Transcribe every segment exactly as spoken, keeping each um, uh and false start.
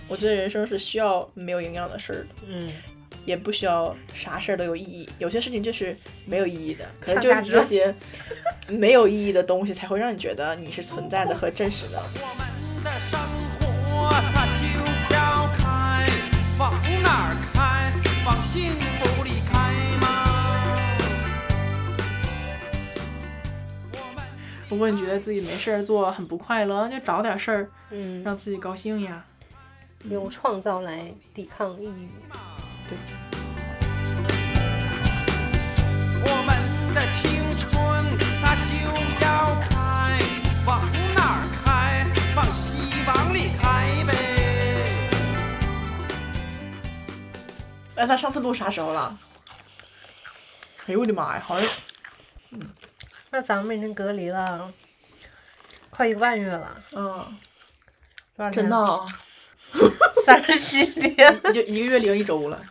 我觉得人生是需要没有营养的事儿的， 嗯， 也不需要啥事儿都有意义，有些事情就是没有意义的，可能就是这些没有意义的东西才会让你觉得你是存在的和真实的。 我们的生活它就要开，往哪儿开？往幸福里开吗？ 如果你觉得自己没事儿做很不快乐，就找点事儿， 嗯， 让自己高兴呀。 用创造来抵抗抑郁。 对。 我们的青春它就要开，往哪儿开？往希望里开呗。 哎，咱上次录啥时候了？哎呦我的妈呀，好像， 嗯，那咱们已经隔离了快一个半月了。 嗯， 多少天？ 真的啊。 三十七天， 就一个月零一周了。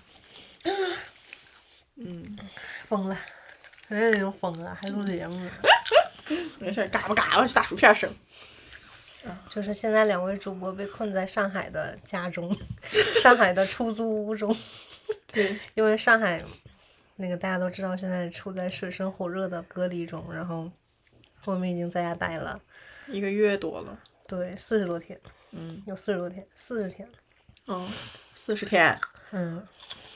嗯， 疯了，人已经疯了，还录节目。 没事，嘎巴嘎巴是大薯片声。 就是现在两位主播被困在上海的家中，上海的出租屋中。 对， 因为上海那个大家都知道，现在处在水深火热的隔离中，然后我们已经在家待了一个月多了。 对，四十多天。 嗯， 有四十多天，四十天。 嗯，四十天。 嗯。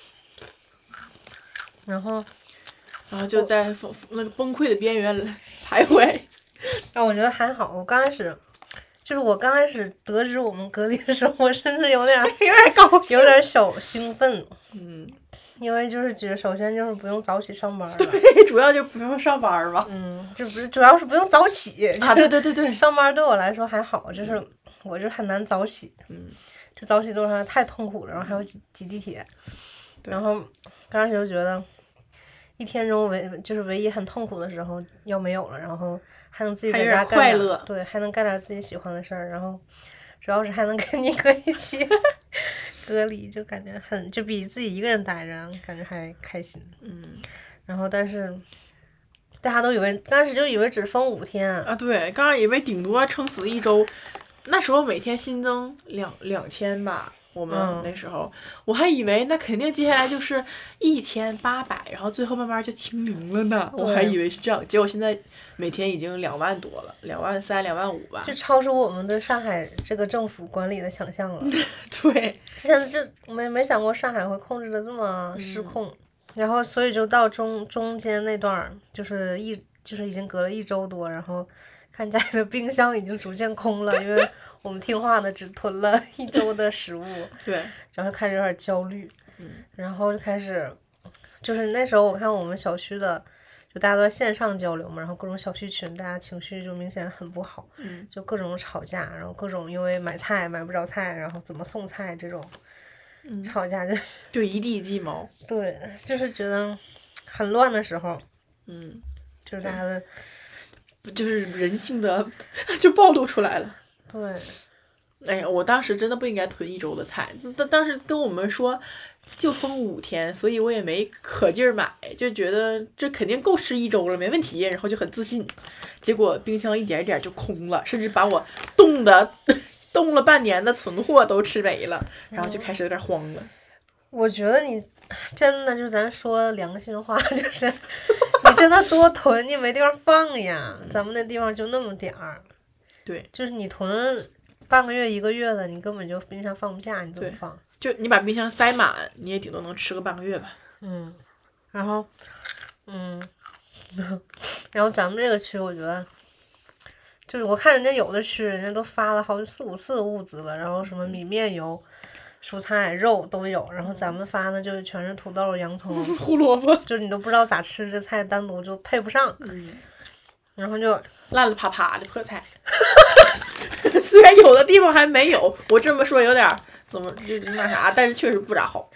然后， 然后就在那个崩溃的边缘徘徊。 啊，我觉得还好。我刚开始，就是我刚开始得知我们隔离的时候，我甚至有点有点高兴， 有点小兴奋。 嗯。 因为就是觉得，首先就是不用早起上班了。 对，主要就不用上班吧。 嗯，就不是，主要是不用早起。 啊，对对对对。 上班对我来说还好，就是。我就很难早起， 嗯， 就早起路上太痛苦了，然后还有挤挤地铁，然后刚开始就觉得一天中唯就是唯一很痛苦的时候要没有了，然后还能自己在家干快乐， 对，还能干点自己喜欢的事儿，然后主要是还能跟你哥一起隔离，就感觉很就比自己一个人待着感觉还开心， 嗯， 然后但是。大家都以为，当时就以为只封五天啊，对，刚刚以为顶多撑死一周，那时候每天新增两两千吧，我们那时候、嗯、我还以为那肯定接下来就是一千八百，然后最后慢慢就清零了呢，我还以为是这样，结果现在每天已经两万多了，两万三、两万五吧， 就超出我们对上海这个政府管理的想象了。 对， 之前就没没想过上海会控制的这么失控。嗯，然后，所以就到中中间那段，就是一就是已经隔了一周多，然后看家里的冰箱已经逐渐空了，因为我们听话的只囤了一周的食物。 对， 然后开始有点焦虑， 嗯， 然后就开始，就是那时候我看我们小区的，就大家都在线上交流嘛，然后各种小区群，大家情绪就明显很不好， 嗯， 就各种吵架，然后各种因为买菜买不着菜，然后怎么送菜这种。 嗯、 吵架就就一地鸡毛， 对，就是觉得很乱的时候， 嗯， 就是大家的， 就是人性的就暴露出来了。 对， 哎呀，我当时真的不应该囤一周的菜，当当时跟我们说就封五天，所以我也没可劲儿买，就觉得这肯定够吃一周了，没问题，然后就很自信，结果冰箱一点一点就空了，甚至把我冻的。冻了半年的存货都吃没了，然后就开始有点慌了。 嗯、我觉得你真的就咱说良心话，就是你真的多囤，你没地方放呀。 嗯、 咱们那地方就那么点儿。 对， 就是你囤半个月一个月的，你根本就冰箱放不下，你怎么放？ 就你把冰箱塞满，你也顶多能吃个半个月吧。 嗯，然后，嗯，然后咱们这个区，我觉得。就是我看人家有的区，人家都发了好四五次的物资了，然后什么米面油、蔬菜、肉都有，然后咱们发的就全是土豆、洋葱、 胡萝卜， 就是你都不知道咋吃，这菜单独就配不上， 嗯， 然后就烂了啪啪的破菜。虽然有的地方还没有，我这么说有点怎么就那啥，但是确实不咋好。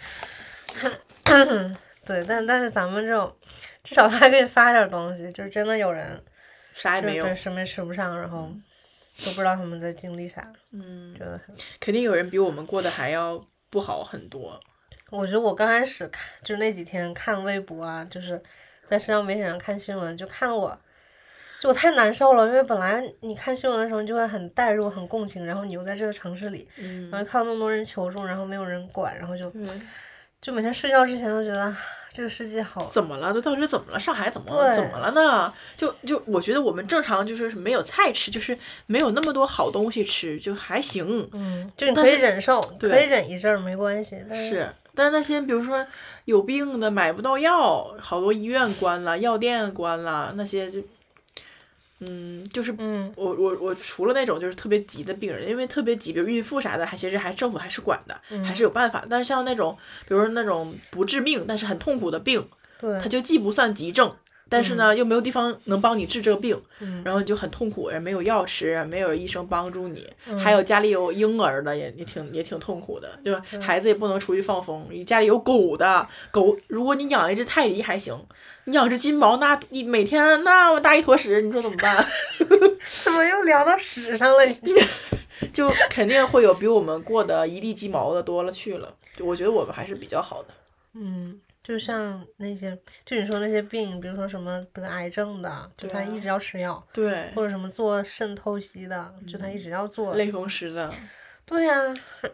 对，但但是咱们这种至少他还给你发点东西，就是真的有人。 啥也没有， 对，什么也吃不上，然后都不知道他们在经历啥， 嗯， 觉得很肯定有人比我们过得还要不好很多。 我觉得我刚开始看，就是那几天看微博啊，就是在社交媒体上看新闻，就看我， 就我太难受了，因为本来你看新闻的时候你就会很代入很共情，然后你又在这个城市里， 嗯， 然后看到那么多人求助，然后没有人管，然后就对就每天睡觉之前都觉得这个世界好怎么了？都到底怎么了？上海怎么对怎么了呢？就就我觉得我们正常就是没有菜吃，就是没有那么多好东西吃，就还行。 嗯，就你可以忍受， 对可以忍一阵儿没关系，但是，但是那些比如说有病的买不到药，好多医院关了，药店关了，那些就。嗯，就是嗯我我我除了那种就是特别急的病人，因为特别急，比如孕妇啥的，还其实还政府还是管的， 嗯还是有办法。但是像那种，比如说那种不致命但是很痛苦的病， 对， 它就既不算急症，但是呢、又没有地方能帮你治这个病， 嗯然后就很痛苦，也没有药吃，没有医生帮助你， 嗯还有家里有婴儿的也也挺也挺痛苦的，就孩子也不能出去放风，家里有狗的狗，如果你养一只泰迪还行，你养只金毛那一每天那么大一坨屎，你说怎么办？ 怎么又聊到屎上了？你这就肯定会有比我们过得一地鸡毛的多了去了，就我觉得我们还是比较好的。 嗯，就像那些，就你说那些病，比如说什么得癌症的，就他一直要吃药， 对， 或者什么做肾透析的，就他一直要做。 类风湿的， 对呀、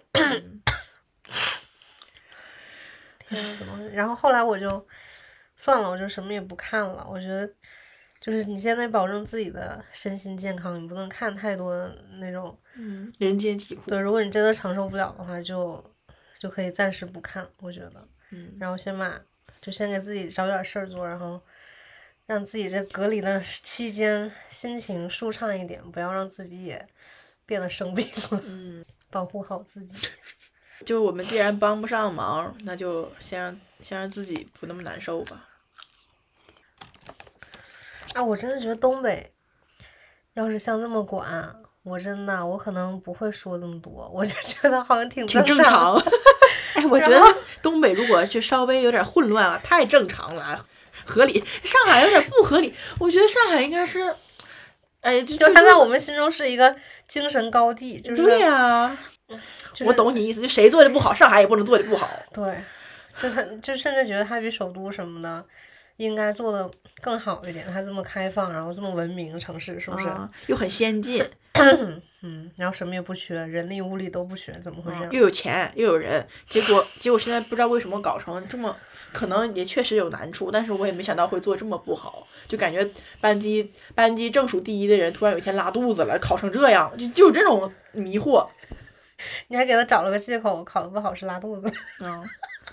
天啊，怎么会？然后后来我就算了，我就什么也不看了。我觉得就是你现在保证自己的身心健康，你不能看太多那种。 嗯，人间疾苦。 对，如果你真的承受不了的话，就就可以暂时不看。我觉得， 嗯， 然后先把就先给自己找点事儿做，然后让自己这隔离的期间心情舒畅一点，不要让自己也变得生病了。 嗯， 保护好自己。 就我们既然帮不上忙，那就先让先让自己不那么难受吧。 啊，我真的觉得东北，要是像这么管，我真的我可能不会说这么多，我就觉得好像挺挺正常。 常。哎，我觉得东北如果就稍微有点混乱了，太正常了，合理。上海有点不合理，我觉得上海应该是，哎，就就它在我们心中是一个精神高地，就是对呀、啊就是、 我懂你意思，就谁做的不好，上海也不能做的不好。 对，就他就甚至觉得它比首都什么的应该做的更好一点，它这么开放，然后这么文明城市，是不是？ 啊、又很先进。 嗯，然后什么也不缺，人力物力都不缺，怎么会这样？ 嗯、又有钱又有人，结果结果现在不知道为什么搞成这么，可能也确实有难处，但是我也没想到会做这么不好，就感觉班级班级正数第一的人突然有一天拉肚子了，考成这样，就就有这种迷惑。 你还给他找了个借口，考得不好是拉肚子。 嗯。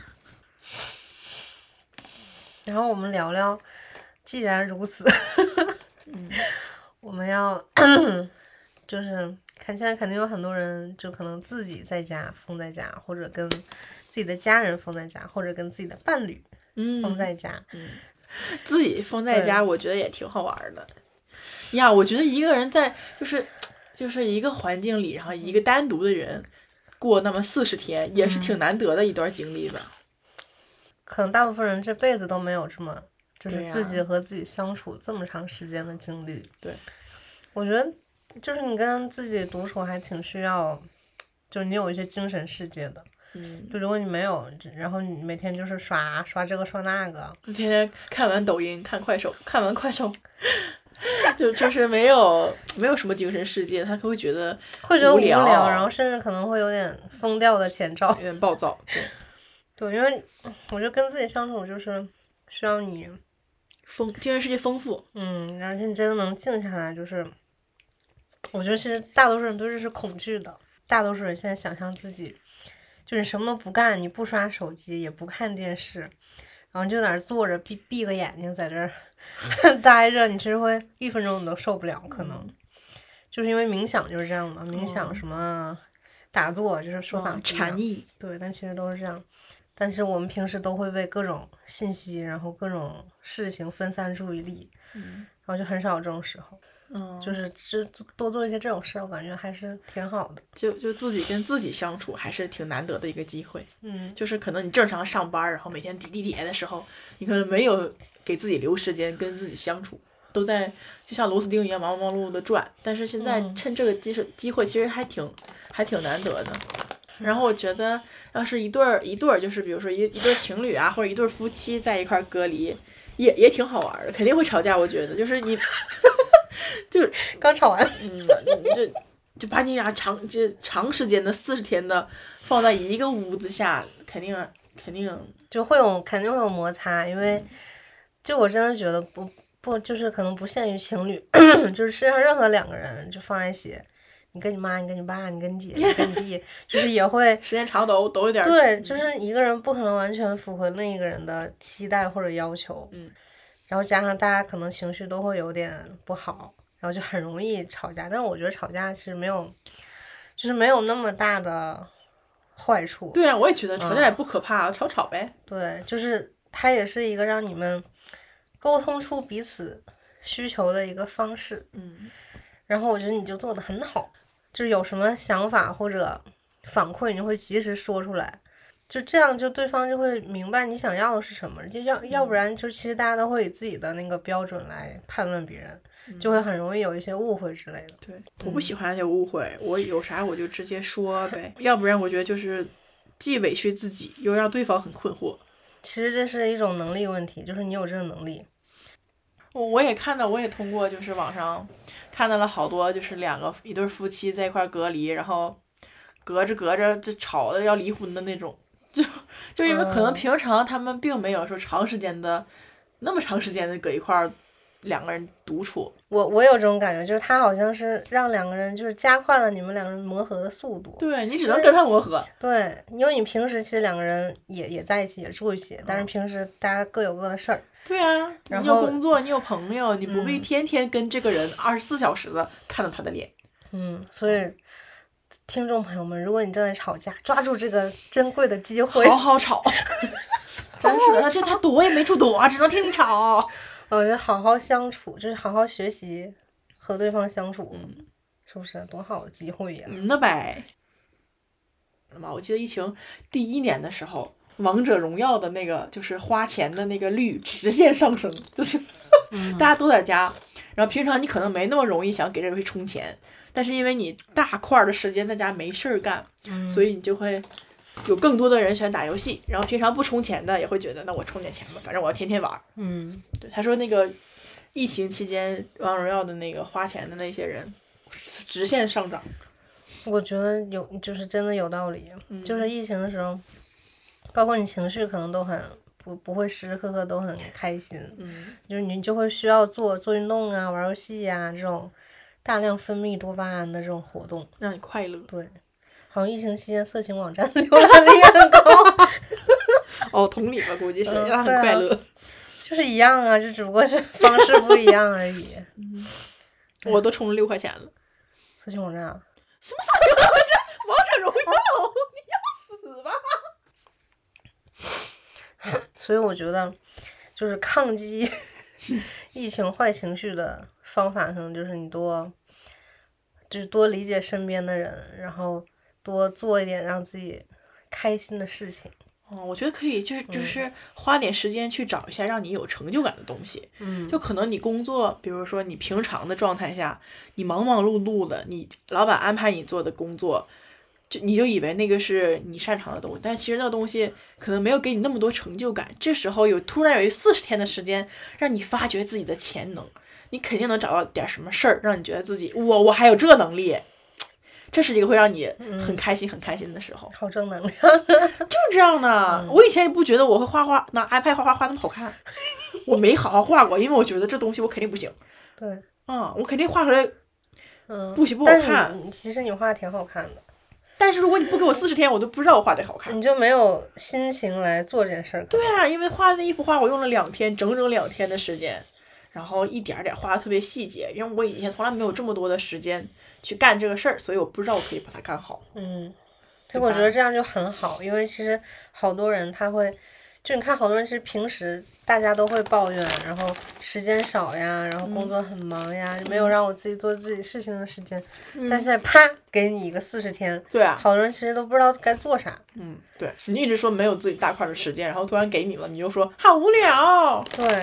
然后我们聊聊，既然如此， 嗯、 我们要就是看现在肯定有很多人就可能自己在家封在家，或者跟自己的家人封在家，或者跟自己的伴侣封在家。 嗯，嗯自己封在家，我觉得也挺好玩的。呀，我觉得一个人在就是就是一个环境里，然后一个单独的人过那么四十天，也是挺难得的一段经历吧。 可能大部分人这辈子都没有这么就是呀自己和自己相处这么长时间的经历。 对， 我觉得就是你跟自己独处还挺需要，就是你有一些精神世界的。 嗯， 就如果你没有，然后你每天就是刷刷这个刷那个， 天天看完抖音看快手，看完快手。就就是没有没有什么精神世界，他会觉得会觉得无聊， 然后甚至可能会有点疯掉的前兆， 有点暴躁。对， 对，因为我觉得跟自己相处就是需要你丰精神世界丰富， 嗯，而且你真的能静下来，就是我觉得其实大多数人对这是恐惧的，大多数人现在想象自己就是什么都不干，你不刷手机也不看电视，然后就在那儿坐着闭闭个眼睛在这儿待着，你其实会一分钟你都受不了，可能、嗯、就是因为冥想就是这样嘛，冥想什么打坐就是说法禅意， 对，但其实都是这样。但是我们平时都会被各种信息，然后各种事情分散注意力， 嗯， 然后就很少有这种时候， 嗯， 就是就多做一些这种事儿，我感觉还是挺好的。 就就自己跟自己相处，还是挺难得的一个机会。 嗯， 就是可能你正常上班，然后每天挤地铁的时候，你可能没有给自己留时间跟自己相处，都在就像螺丝钉一样忙忙碌碌的转。但是现在趁这个机会，机会其实还挺还挺难得的。然后我觉得，要是一对儿一对儿，就是比如说一一对情侣啊，或者一对夫妻在一块隔离，也也挺好玩的，肯定会吵架。我觉得，就是你就刚吵完。 嗯，就就把你俩长就长时间的四十天的放在一个屋子下，肯定肯定就会有肯定会有摩擦，因为就我真的觉得不不就是可能不限于情侣，就是世界上任何两个人就放在一起，你跟你妈，你跟你爸，你跟你姐，你跟你弟，就是也会时间长都都有点对，就是一个人不可能完全符合另一个人的期待或者要求， 嗯， 然后加上大家可能情绪都会有点不好，然后就很容易吵架。但是我觉得吵架其实没有，就是没有那么大的坏处。 对啊，我也觉得吵架也不可怕，嗯、吵吵呗。 对，就是它也是一个让你们沟通出彼此需求的一个方式。 嗯， 然后我觉得你就做得很好，就是有什么想法或者反馈，你会及时说出来。就这样，就对方就会明白你想要的是什么，就要要不然就其实大家都会以自己的那个标准来判断别人，嗯、就会很容易有一些误会之类的。 对，我不喜欢有误会，嗯、我有啥我就直接说呗，要不然我觉得就是既委屈自己，又让对方很困惑。 其实这是一种能力问题，就是你有这个能力。 我我也看到，我也通过就是网上看到了好多，就是两个一对夫妻在一块隔离，然后隔着隔着就吵的要离婚的那种。就就因为可能平常他们并没有说长时间的、嗯、那么长时间的搁一块儿，两个人独处。 我我有这种感觉，就是他好像是让两个人就是加快了你们两个人磨合的速度。 对，你只能跟他磨合。 对，因为你平时其实两个人也也在一起，也住一起，嗯、但是平时大家各有各的事儿。 对啊，你有工作，你有朋友，你不必天天跟这个人二十四小时的看到他的脸。 嗯，所以。听众朋友们，如果你正在吵架，抓住这个珍贵的机会， 好好吵。真是的，他就他躲也没处躲，只能听你吵。 我觉得好好相处，就是好好学习和对方相处， 嗯、 是不是多好的机会呀？ 嗯，那呗。那么我记得疫情第一年的时候，王者荣耀的那个就是花钱的那个率直线上升，就是、嗯、大家都在家，然后平常你可能没那么容易想给这个游戏充钱。但是因为你大块的时间在家没事儿干、 嗯， 所以你就会有更多的人喜欢打游戏，然后平常不充钱的也会觉得那我充点钱吧，反正我要天天玩。 嗯， 对，他说那个疫情期间王者荣耀的那个花钱的那些人直线上涨。 我觉得有就是真的有道理、嗯，就是疫情的时候，包括你情绪可能都很不不会时时刻刻都很开心， 嗯， 就是你就会需要做做运动啊、玩游戏呀、啊、这种。大量分泌多巴胺的这种活动让你快乐。 对，好像疫情期间色情网站浏览率也很高。 哦，同理吧，估计是让他很快乐、 嗯啊。就是一样啊，就只不过是方式不一样而已。 嗯、我都充了六块钱了。 色情网站啊？ 什么色情网站？王者荣耀？你要死吧！所以我觉得，就是抗击疫情坏情绪的方法，可能就是你多。就是多理解身边的人，然后多做一点让自己开心的事情。 哦，我觉得可以，就是就是花点时间去找一下让你有成就感的东西。 嗯， 就可能你工作，比如说你平常的状态下，你忙忙碌碌的，你老板安排你做的工作，就你就以为那个是你擅长的东西，但其实那个东西可能没有给你那么多成就感。这时候有突然有一四十天的时间，让你发掘自己的潜能。你肯定能找到点什么事儿，让你觉得自己我我还有这能力，这是一个会让你很开心、嗯、很开心的时候。 好正能量， 就是这样的、嗯。我以前也不觉得我会画画，拿 iPad 画画画那么好看，我没好好画过，因为我觉得这东西我肯定不行。 对， 嗯，我肯定画出来， 嗯， 不行不好看。 但是其实你画的挺好看的。 但是如果你不给我四十天，我都不知道我画的好看。 你就没有心情来做这件事儿。 对啊，因为画那一幅画，我用了两天，整整两天的时间。然后一点点画的特别细节，因为我以前从来没有这么多的时间去干这个事儿，所以我不知道我可以把它干好。 嗯，所以我觉得这样就很好，因为其实好多人他会，就你看好多人其实平时大家都会抱怨，然后时间少呀，然后工作很忙呀，嗯、没有让我自己做自己事情的时间，嗯、但是啪给你一个四十天， 对啊， 好多人其实都不知道该做啥。 嗯，对，你一直说没有自己大块的时间，然后突然给你了，你又说好无聊。 对。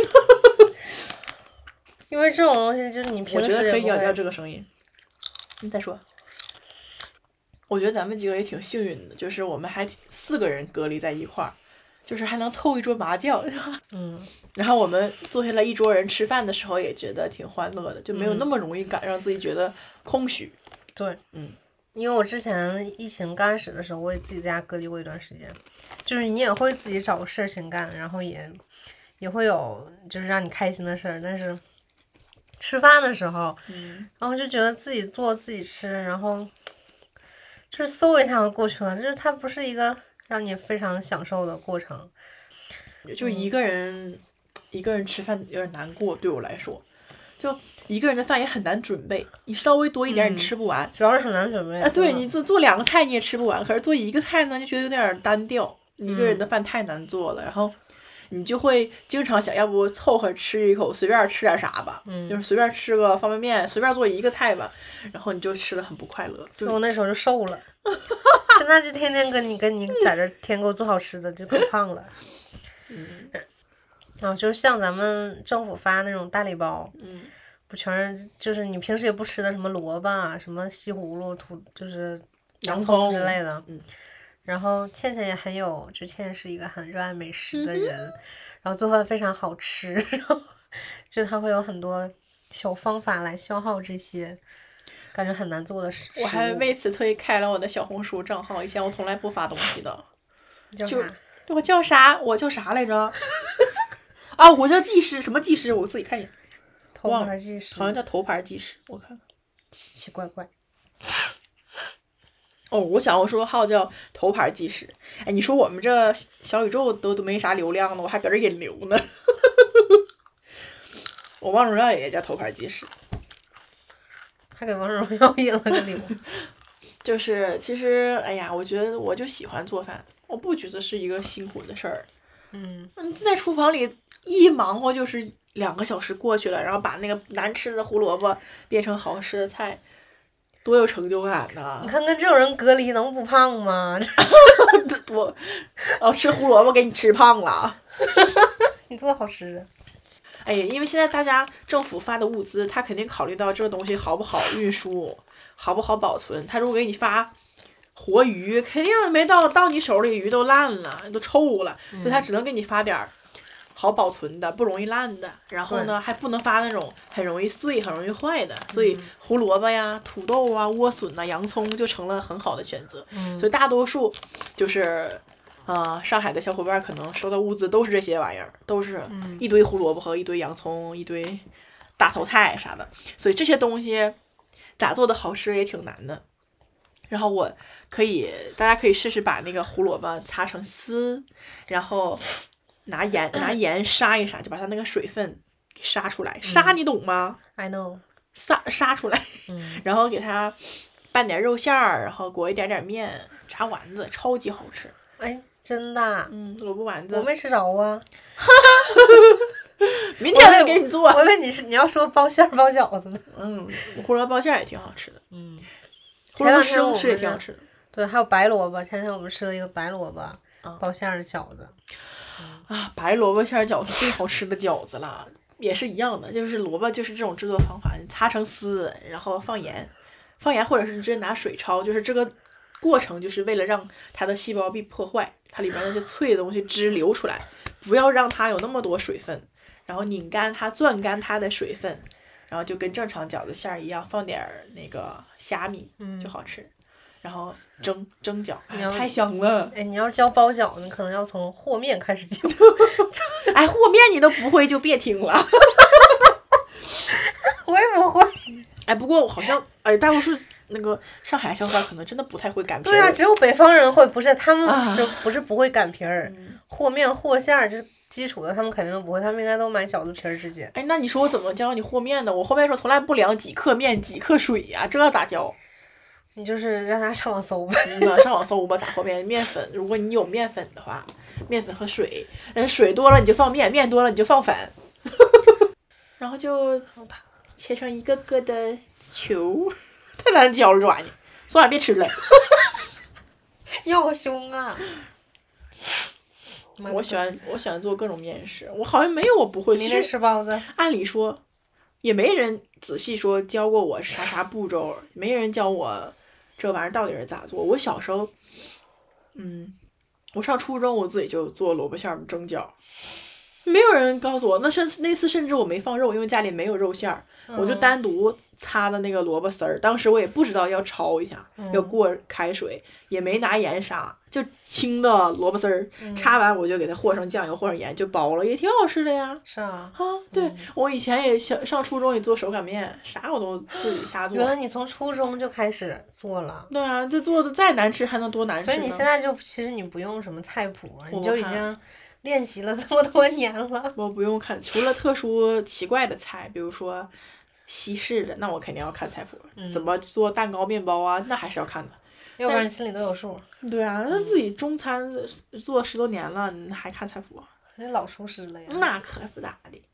因为这种东西就是你平时我觉得可以要要这个声音。你再说。我觉得咱们几个也挺幸运的，就是我们还四个人隔离在一块儿， 就是还能凑一桌麻将。 嗯， 然后我们坐下来一桌人吃饭的时候，也觉得挺欢乐的，就没有那么容易感让自己觉得空虚。 对， 嗯， 因为我之前疫情刚开始的时候，我也自己在家隔离过一段时间，就是你也会自己找事儿情干，然后也也会有就是让你开心的事儿，但是吃饭的时候， 嗯， 然后就觉得自己做自己吃，然后就是嗖一下就过去了，就是它不是一个让你非常享受的过程。 就一个人、嗯、一个人吃饭有点难过，对我来说，就一个人的饭也很难准备，你稍微多一点你吃不完， 嗯、主要是很难准备啊。对，你做做两个菜你也吃不完，可是做一个菜呢就觉得有点单调，一个人的饭太难做了， 嗯、 然后你就会经常想要不凑合吃一口，随便吃点啥吧， 嗯、 就是随便吃个方便面，随便做一个菜吧，然后你就吃的很不快乐。就我那时候就瘦了，现在就天天跟你跟你在这天给我做好吃的，就可胖了。 嗯， 然后就像咱们政府发那种大礼包， 嗯， 不全是就是你平时也不吃的什么萝卜啊、什么西葫芦、土就是洋葱之类的。 嗯， 然后倩倩也很有，就倩倩是一个很热爱美食的人，嗯、然后做饭非常好吃，然后就她会有很多小方法来消耗这些感觉很难做的食物。 我还为此特意开了我的小红书账号，以前我从来不发东西的。 叫啥？ 我叫啥？我叫啥来着？啊，我叫技师，什么技师？我自己看一眼。 头牌技师， 好像叫头牌技师，我看看。 奇奇怪怪。 哦，我小红书号叫头牌技师。哎，你说我们这小宇宙都都没啥流量了，我还搁这引流呢。我王者荣耀也叫头牌技师， 还给王者荣耀引了个流。 就是其实，哎呀，我觉得我就喜欢做饭，我不觉得是一个辛苦的事儿。 嗯， 你在厨房里一忙活就是两个小时过去了，然后把那个难吃的胡萝卜变成好吃的菜，多有成就感呐！ 你看跟这种人隔离能不胖吗？ 多，哦，吃胡萝卜给你吃胖了。 你做的好吃的。 哎呀，因为现在大家政府发的物资，他肯定考虑到这个东西好不好运输，好不好保存。他如果给你发活鱼，肯定没到到你手里鱼都烂了，都臭了， 嗯、 所以他只能给你发点儿好保存的、不容易烂的。然后呢，还不能发那种很容易碎、很容易坏的。所以胡萝卜呀、土豆啊、莴笋呐、洋葱就成了很好的选择。 嗯、 所以大多数就是啊、呃，上海的小伙伴可能收到物资都是这些玩意儿，都是一堆胡萝卜和一堆洋葱、一堆大头菜啥的。所以这些东西咋做的好吃也挺难的。然后我可以，大家可以试试把那个胡萝卜擦成丝，然后拿盐拿盐杀一杀，就把它那个水分给杀出来。杀你懂吗 ？I know。 杀杀出来， 嗯， 然后给它拌点肉馅儿，然后裹一点点面，炸丸子，超级好吃。 哎，真的？ 嗯，萝卜丸子。 我没吃着啊。 明天我给你做。 我以为你是你要说包馅儿包饺子呢。 嗯，胡萝卜包馅儿也挺好吃的。 嗯。 胡萝卜生吃也挺好吃的。 对，还有白萝卜。前天我们吃了一个白萝卜包馅儿的饺子。 嗯、啊，白萝卜馅儿饺子最好吃的饺子了，也是一样的，就是萝卜就是这种制作方法，你擦成丝，然后放盐，放盐或者是直接拿水焯，就是这个过程就是为了让它的细胞壁破坏，它里边那些脆的东西汁流出来，不要让它有那么多水分，然后拧干它，攥干它的水分。然后就跟正常饺子馅儿一样，放点那个虾米就好吃，嗯、然后蒸蒸饺，哎，太香了。 哎，你要是教包饺子，你可能要从和面开始教。 哎，和面你都不会就别听了。 我也不会。 哎，不过好像哎，大多数那个上海小伙伴可能真的不太会擀皮儿。 对啊，只有北方人会，不是他们是不是不会擀皮儿？ 嗯、 和面和馅儿这。基础的他们肯定都不会，他们应该都买饺子皮儿直接。 哎，那你说我怎么教你和面呢？我和面时候从来不量几克面几克水呀、啊，这咋教？ 你就是让他上网搜呗。 嗯，上网搜吧，咋和面？面粉，如果你有面粉的话，面粉和水，嗯，水多了你就放面，面多了你就放粉，然后就切成一个个的球，太难教了这玩意儿，算了，别吃了。 你好凶啊！ 我喜欢我喜欢做各种面食，我好像没有我不会。 明天吃包子。 按理说，也没人仔细说教过我啥啥步骤，没人教我这玩意儿到底是咋做。我小时候，嗯， 我上初中我自己就做萝卜馅儿蒸饺，没有人告诉我。那甚那次甚至我没放肉，因为家里没有肉馅儿， 嗯、 我就单独擦的那个萝卜丝儿。当时我也不知道要焯一下， 嗯、 要过开水，也没拿盐杀，就清的萝卜丝儿， 嗯、 擦完我就给它和上酱油，和上盐就包了，也挺好吃的呀。 是啊。 啊，对、 嗯、 我以前也上上初中也做手擀面，啥我都自己瞎做。 原来你从初中就开始做了。 对啊，这做的再难吃还能多难吃呢？ 所以你现在就其实你不用什么菜谱，你就已经练习了这么多年了。 我不用看，除了特殊奇怪的菜，比如说西式的，那我肯定要看菜谱。 嗯、 怎么做蛋糕、面包啊，那还是要看的。 要不然你心里都有数。 对啊，那自己中餐做十多年了，你还看菜谱？ 人家老厨师了呀。 那可不咋的。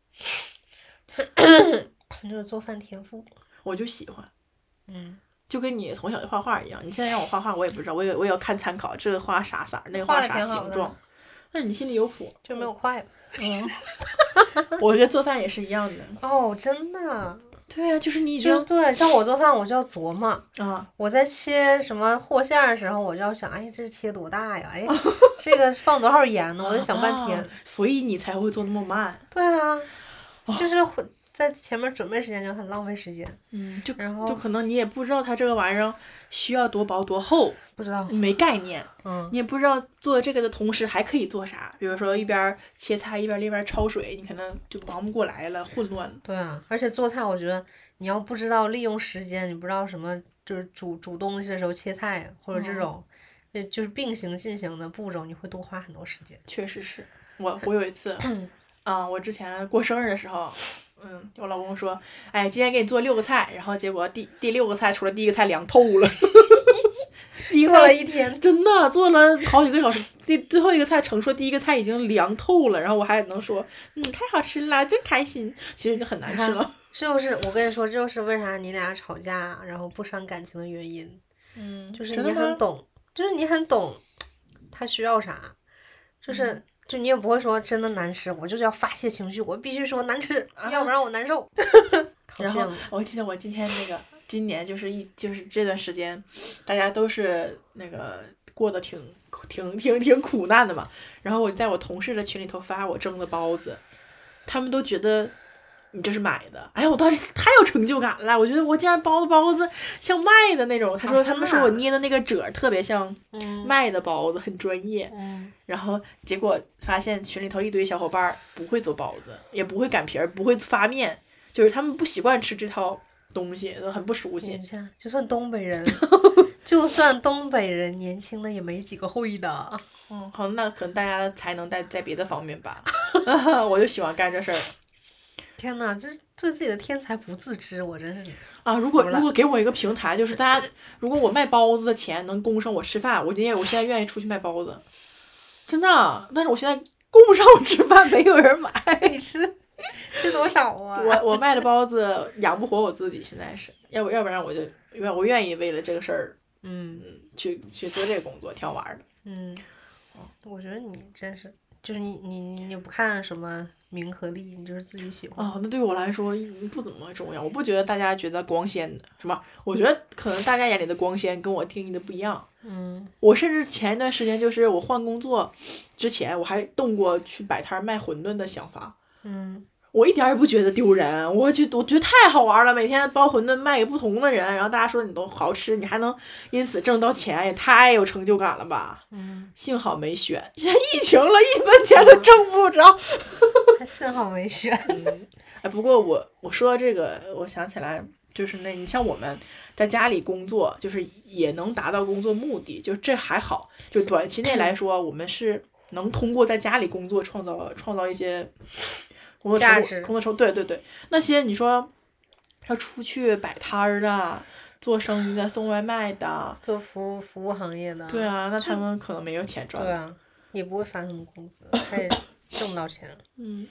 你这做饭天赋。 我就喜欢。 嗯。 就跟你从小就画画一样，你现在让我画画，我也不知道，我也我也要看参考，这个画啥色儿，那个画啥形状。那你心里有谱。 就没有快。 嗯。我跟做饭也是一样的。 哦，真的。 对呀、啊，就是你已经就对，像我做饭我就要琢磨啊， 我在切什么和馅儿的时候，我就要想，哎，这切多大呀？哎，这个放多少盐呢？我就想半天、啊。 所以你才会做那么慢。 对啊，就是在前面准备时间就很浪费时间。 嗯，就然后就可能你也不知道它这个玩意儿需要多薄多厚， 不知道， 没概念。 嗯， 你也不知道做这个的同时还可以做啥，比如说一边切菜一边另外焯水，你可能就忙不过来了，混乱了。 对啊，而且做菜我觉得你要不知道利用时间，你不知道什么就是煮煮东西的时候切菜或者这种、嗯、就是并行进行的步骤，你会多花很多时间。 确实是我我有一次嗯，我之前过生日的时候，嗯，我老公说，哎，今天给你做六个菜，然后结果第第六个菜除了第一个菜凉透了。第一个做了一天， 真的做了好几个小时，第最后一个菜盛出第一个菜已经凉透了，然后我还能说，嗯，太好吃了，真开心。其实就很难吃了。 是不是？我跟你说，这就是为啥你俩吵架然后不伤感情的原因。 嗯， 就是你很懂，就是你很懂他需要啥，就是。嗯就你也不会说真的难吃，我就是要发泄情绪，我必须说难吃，啊、要不然我难受。 然后我记得我今天那个今年就是一就是这段时间，大家都是那个过得挺挺挺挺苦难的嘛。然后我在我同事的群里头发我蒸的包子，他们都觉得你这是买的。哎呀，我当时太有成就感了，我觉得我竟然包的包子像卖的那种。他说他们说我捏的那个褶特别像卖的包子，很专业。 嗯， 然后结果发现群里头一堆小伙伴不会做包子，也不会擀皮儿，不会发面，就是他们不习惯吃这套东西，都很不熟悉。 就算东北人，就算东北人，年轻的也没几个会的。 嗯，好，那可能大家才能在在别的方面吧。我就喜欢干这事儿。 天哪，这对自己的天才不自知，我真是啊！如果如果给我一个平台，就是大家，如果我卖包子的钱能供上我吃饭，我也我现在愿意出去卖包子，真的。但是我现在供不上我吃饭，没有人买。 你吃吃多少啊？ 我我卖的包子养不活我自己，现在是要不要不然我就愿我愿意为了这个事儿， 嗯去去做这个工作，挺好玩的。 嗯，我觉得你真是，就是你你你你不看什么名和利，你就是自己喜欢。 哦，那对我来说不怎么重要。我不觉得大家觉得光鲜的，是吧？我觉得可能大家眼里的光鲜跟我定义的不一样。 嗯， 我甚至前一段时间就是我换工作之前，我还动过去摆摊卖馄饨的想法。 嗯， 我一点也不觉得丢人，我去，我觉得太好玩了，每天包馄饨卖给不同的人，然后大家说你都好吃，你还能因此挣到钱，也太有成就感了吧。 嗯， 幸好没选，现在疫情了，一分钱都挣不着。 幸好没选。 嗯、哎，不过我我说到这个，我想起来，就是那你像我们在家里工作，就是也能达到工作目的，就这还好，就短期内来说，我们是能通过在家里工作创造创造一些工作价值， 工作成对对对，那些你说要出去摆摊儿的、做生意的、送外卖的、 做服务服务行业的， 对啊，那他们可能没有钱赚。 对啊，也不会发什么工资，他也挣不到钱。 嗯。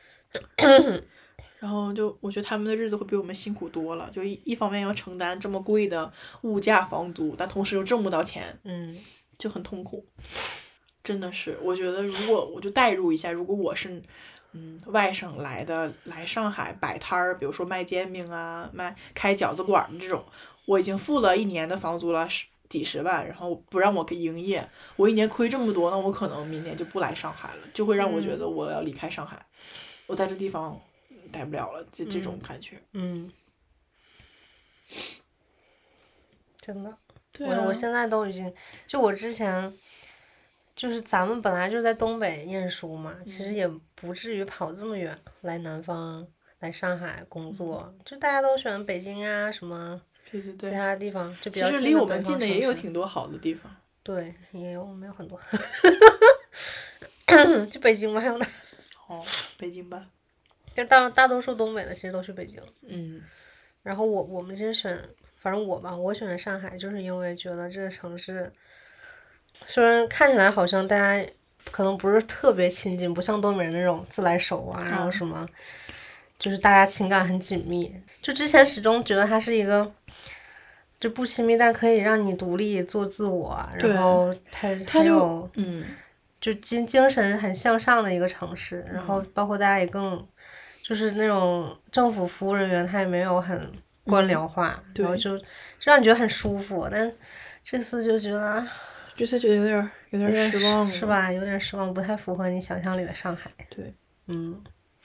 然后就我觉得他们的日子会比我们辛苦多了，就一一方面要承担这么贵的物价房租，但同时又挣不到钱， 嗯， 就很痛苦。真的是，我觉得如果我就代入一下，如果我是嗯外省来的，来上海摆摊儿，比如说卖煎饼啊、卖开饺子馆的这种，我已经付了一年的房租了， 几十万，然后不让我给营业，我一年亏这么多，那我可能明年就不来上海了，就会让我觉得我要离开上海，我在这地方待不了了，就这种感觉。 嗯，真的， 对啊我我现在都已经，就我之前，就是咱们本来就在东北念书嘛，其实也不至于跑这么远来南方来上海工作，就大家都选北京啊什么。其对对对， 他地方就比其较实离我们近的北方近的也有城市挺多好的地方。 对，也有没有很多，就北京吧，还有哪？ 哦，北京吧。 就大大多数东北的其实都去北京。 嗯然后我我们其实选，反正我吧，我选的上海，就是因为觉得这个城市，虽然看起来好像大家可能不是特别亲近，不像东北人那种自来熟啊，然后什么，就是大家情感很紧密。就之前始终觉得它是一个。就不亲密，但可以让你独立做自我，然后它它就还有嗯， 就精精神很向上的一个城市，然后包括大家也更就是那种政府服务人员，他也没有很官僚化， 对然后就就让你觉得很舒服。但这次就觉得啊这次觉得有点儿有点有点儿失望了， 是？吧？有点失望，不太符合你想象里的上海。 对， 嗯。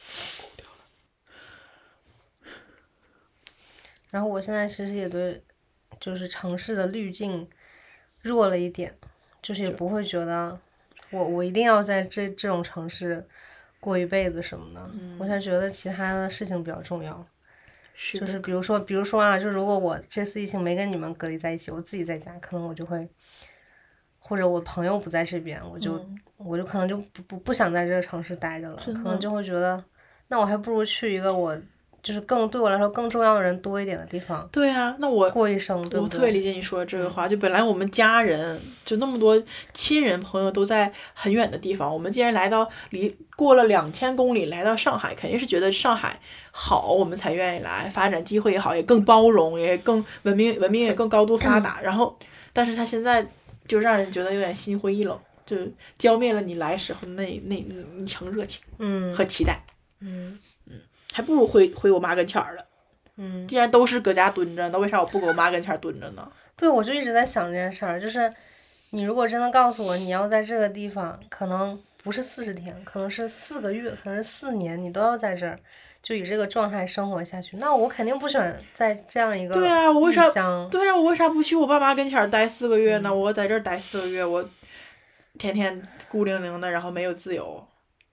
然后我现在其实也对，就是城市的滤镜弱了一点，就是也不会觉得我我一定要在这这种城市过一辈子什么的。 嗯我现在觉得其他的事情比较重要， 是的就是比如说，比如说啊，就如果我这次疫情没跟你们隔离在一起，我自己在家，可能我就会，或者我朋友不在这边，我就、 嗯我就可能就不不不想在这个城市待着了， 真的可能就会觉得，那我还不如去一个我就是更对我来说更重要的人多一点的地方对啊，那我过一生，对不我特别对？ 理解你说的这个话，就本来我们家人就那么多亲人朋友都在很远的地方，我们既然来到离过了两千公里来到上海，肯定是觉得上海好，我们才愿意来，发展机会也好，也更包容，也更文明，文明也更高度发达。然后，但是他现在就让人觉得有点心灰意冷，就浇灭了你来时候那那一层热情嗯和期待， 嗯还不如回回我妈跟前儿了。 嗯， 既然都是搁家蹲着，那为啥我不搁我妈跟前儿蹲着呢？ 对，我就一直在想这件事儿，就是你如果真的告诉我你要在这个地方，可能不是四十天，可能是四个月，可能是四年，你都要在这儿，就以这个状态生活下去，那我肯定不选在这样一个对啊，我为啥异乡？ 对啊，我为啥不去我爸妈跟前儿待四个月呢？ 嗯我在这儿待四个月，我天天孤零零的，然后没有自由。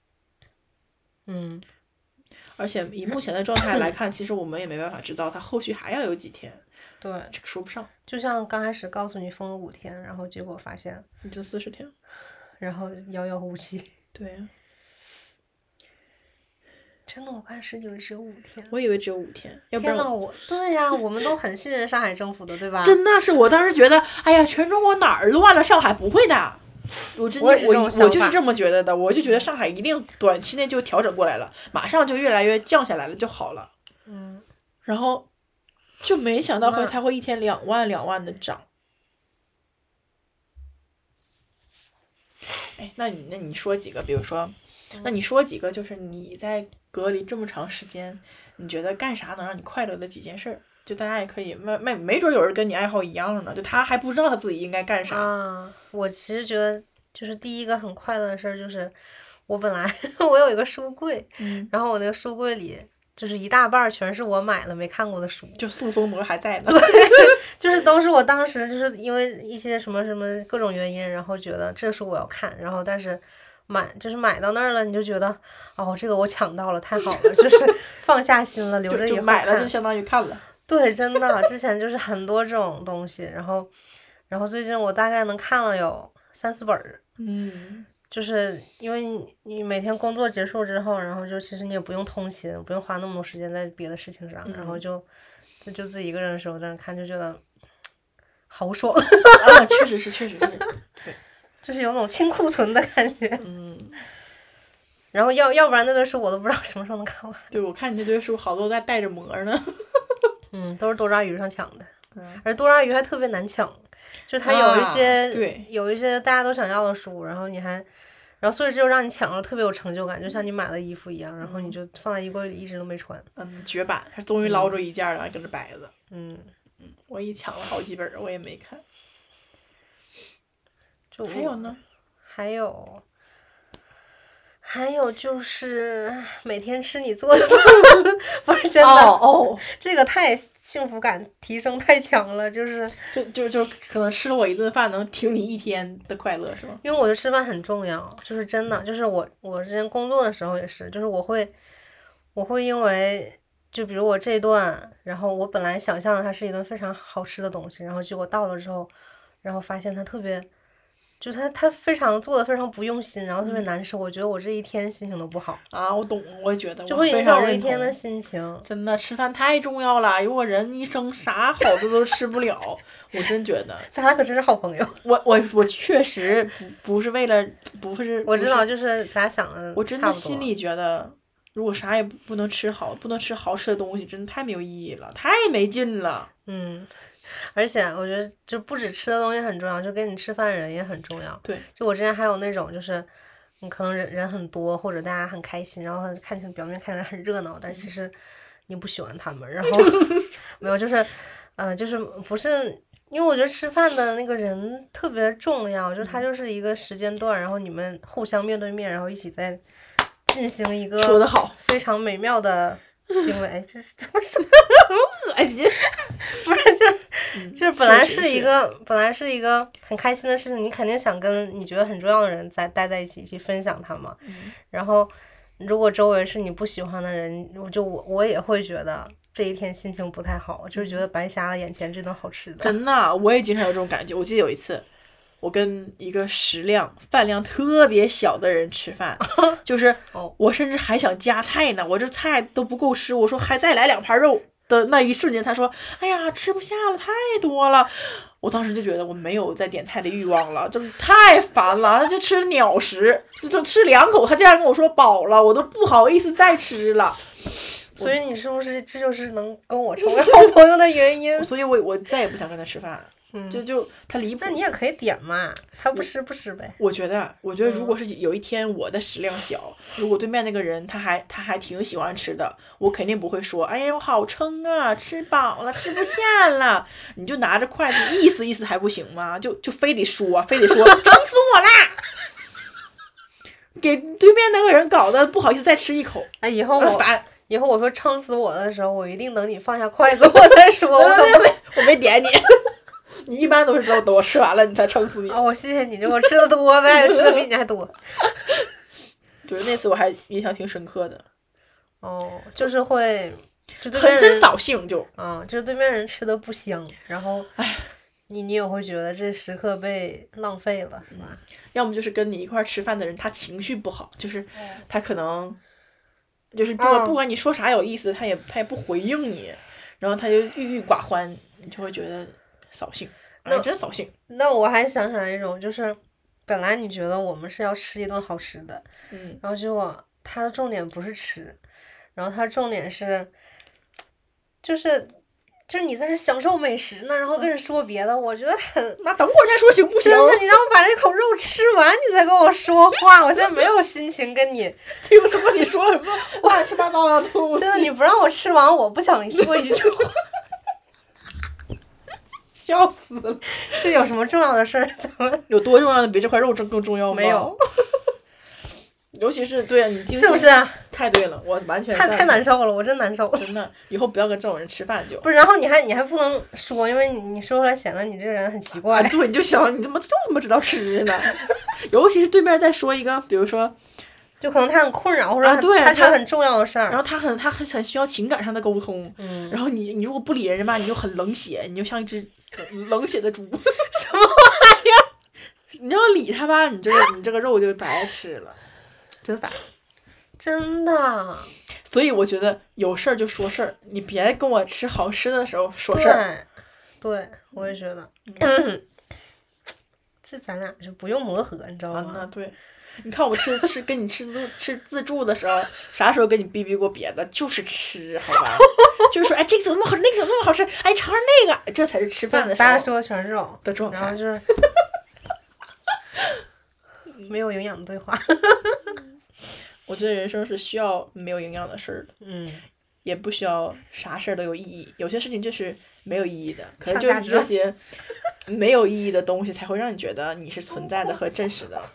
嗯而且以目前的状态来看，其实我们也没办法知道他后续还要有几天， 对， 这个说不上。 就像刚开始告诉你封了五天，然后结果发现， 已经四十天。 然后遥遥无期。 对呀、 真的，我刚开始以为只有五天。 我以为只有五天，要不然天呐，我对呀、我们都很信任上海政府的，对吧？ 真的是我当时觉得，哎呀，全中国哪儿乱了，上海不会的。我真的我也是这种我想法我就是这么觉得的，我就觉得上海一定短期内就调整过来了，马上就越来越降下来了就好了。 嗯， 然后就没想到会那它会一天两万两万的涨。哎，那你那你说几个，比如说，那你说几个，就是你在隔离这么长时间，你觉得干啥能让你快乐的几件事儿？就大家也可以没没没准有人跟你爱好一样呢，就他还不知道他自己应该干啥。 啊，我其实觉得就是第一个很快乐的事儿就是，我本来我有一个书柜， 嗯， 然后我那个书柜里就是一大半儿全是我买了没看过的书， 就塑封膜还在呢。 就是都是我当时就是因为一些什么什么各种原因，然后觉得这书我要看，然后但是买就是买到那儿了，你就觉得哦这个我抢到了，太好了，就是放下心了，留着以后就就买了看就相当于看了。 对，真的，之前就是很多这种东西，然后，然后最近我大概能看了有三四本儿， 嗯， 就是因为你你每天工作结束之后，然后就其实你也不用通勤，不用花那么多时间在别的事情上，然后就就就自己一个人的时候在那看，就觉得好爽， 啊，确实是，确实是，对， 就是有种清库存的感觉。 嗯， 然后要要不然那堆书我都不知道什么时候能看完。 对，我看你那堆书好多在带着膜呢。 嗯，都是多抓鱼上抢的， 嗯而多抓鱼还特别难抢，就它有一些、 啊对有一些大家都想要的书，然后你还，然后所以只有让你抢了特别有成就感，就像你买了衣服一样，然后你就放在衣柜里一直都没穿。 嗯，绝版，他终于捞着一件儿了，还搁这摆着。 嗯， 我也抢了好几本儿，我也没看。 就还有呢？ 还有。还有就是每天吃你做的饭，不是真的哦哦， 这个太幸福感提升太强了，就是就就就可能吃了我一顿饭能挺你一天的快乐是吗？ 因为我觉得吃饭很重要，就是真的，就是我我之前工作的时候也是，就是我会我会因为就比如我这一顿，然后我本来想象的它是一顿非常好吃的东西，然后结果到了之后，然后发现它特别。就他他非常做的非常不用心，然后特别难受，我觉得我这一天心情都不好啊。我懂，我也觉得就会影响我一天的心情。 真的，吃饭太重要了，如果人一生啥好的都吃不了，我真觉得咱俩可真是好朋友。 我我我确实不不是为了不是， 我知道就是咱想的， 我真的心里觉得，如果啥也不能吃好，不能吃好吃的东西，真的太没有意义了，太没劲了。 嗯。而且我觉得就不止吃的东西很重要，就跟你吃饭的人也很重要。 对， 就我之前还有那种就是你可能人人很多，或者大家很开心，然后看起来表面看起来很热闹，但其实你不喜欢他们，然后没有就是呃就是不是因为我觉得吃饭的那个人特别重要，就是他就是一个时间段，然后你们互相面对面，然后一起在进行一个说得好非常美妙的行为。这是怎么说？ 恶心。 不是，就是就是本来是一个本来是一个很开心的事情，你肯定想跟你觉得很重要的人在待在一起，一起分享它嘛。 嗯、 然后，如果周围是你不喜欢的人，就我我也会觉得这一天心情不太好，就是觉得白瞎了眼前这顿好吃的。 真的，我也经常有这种感觉。我记得有一次，我跟一个食量饭量特别小的人吃饭，就是我甚至还想加菜呢，我这菜都不够吃，我说还再来两盘肉。的那一瞬间，他说：“哎呀，吃不下了，太多了。”我当时就觉得我没有再点菜的欲望了，就太烦了。他就吃鸟食，就就吃两口，他竟然跟我说饱了，我都不好意思再吃了。 所以你是不是这就是能跟我成为好朋友的原因？ 所以我我再也不想跟他吃饭。 嗯、 就就他离谱， 那你也可以点嘛，他不吃不吃呗。 我觉得，我觉得如果是有一天我的食量小，嗯、如果对面那个人他还他还挺喜欢吃的，我肯定不会说，哎呀我好撑啊，吃饱了吃不下了，你就拿着筷子意思意思还不行吗？就就非得说非得说撑死我啦，给对面那个人搞得不好意思再吃一口。 哎，以后我烦。 以后我说撑死我的时候，我一定等你放下筷子我再说，我可没我没点你。你一般都是等等我吃完了你才撑死你。 哦，我谢谢你，这我吃的多呗，我吃的比你还多。 就是那次我还印象挺深刻的。 哦，就是会，就对很真扫兴就。 嗯，就是对面人吃的不香，然后， 哎， 你你也会觉得这时刻被浪费了，是吧？ 嗯、要么就是跟你一块吃饭的人他情绪不好，就是他可能，就是不管、嗯、不管你说啥有意思，他也他也不回应你，然后他就郁郁寡欢，你就会觉得。扫兴，哎，真扫兴。 那我还想起来一种，就是本来你觉得我们是要吃一顿好吃的， 嗯， 然后结果它的重点不是吃，然后它重点是，就是就是你在这享受美食呢，然后跟人说别的，嗯、我觉得很， 那等会儿再说行不行？ 真的，你让我把这口肉吃完，你再跟我说话，我现在没有心情跟你听什么你说什么乱七八糟的东西。 真的，你不让我吃完，我不想说一句话。 笑死了！ 这有什么重要的事儿？咱们有多重要的比这块肉更重要吗？ 没有。 尤其是对啊，你是不是？ 太对了，我完全太太难受了，我真难受。 真的，以后不要跟这种人吃饭就。 不是，然后你还你还不能说，因为你你说出来显得你这个人很奇怪。 啊、对，你就想你怎么这么知道吃呢？尤其是对面再说一个，比如说。 就可能他很困扰，或者、 啊、对他觉得很重要的事儿， 然后他很他很很需要情感上的沟通， 嗯， 然后你你如果不理人吧，你就很冷血，你就像一只冷血的猪，什么玩意儿？ 你要理他吧，你这个你这个肉就白吃了，真烦， 真的。 所以我觉得有事儿就说事儿，你别跟我吃好吃的时候说事儿。 对，对，我也觉得，嗯、这咱俩就不用磨合，你知道吗？ 啊，那对。你看我吃吃跟你吃自助吃自助的时候，啥时候跟你逼逼过别的？就是吃，好吧？就是说，哎，这个怎么那么好吃，那个怎么那么好吃？哎，尝尝那个，这才是吃饭的时候。 咱俩说的全是肉的状态， 然后就是没有营养的对话。 我觉得人生是需要没有营养的事儿的。 嗯， 也不需要啥事儿都有意义，有些事情就是没有意义的，可能就是这些没有意义的东西才会让你觉得你是存在的和真实的。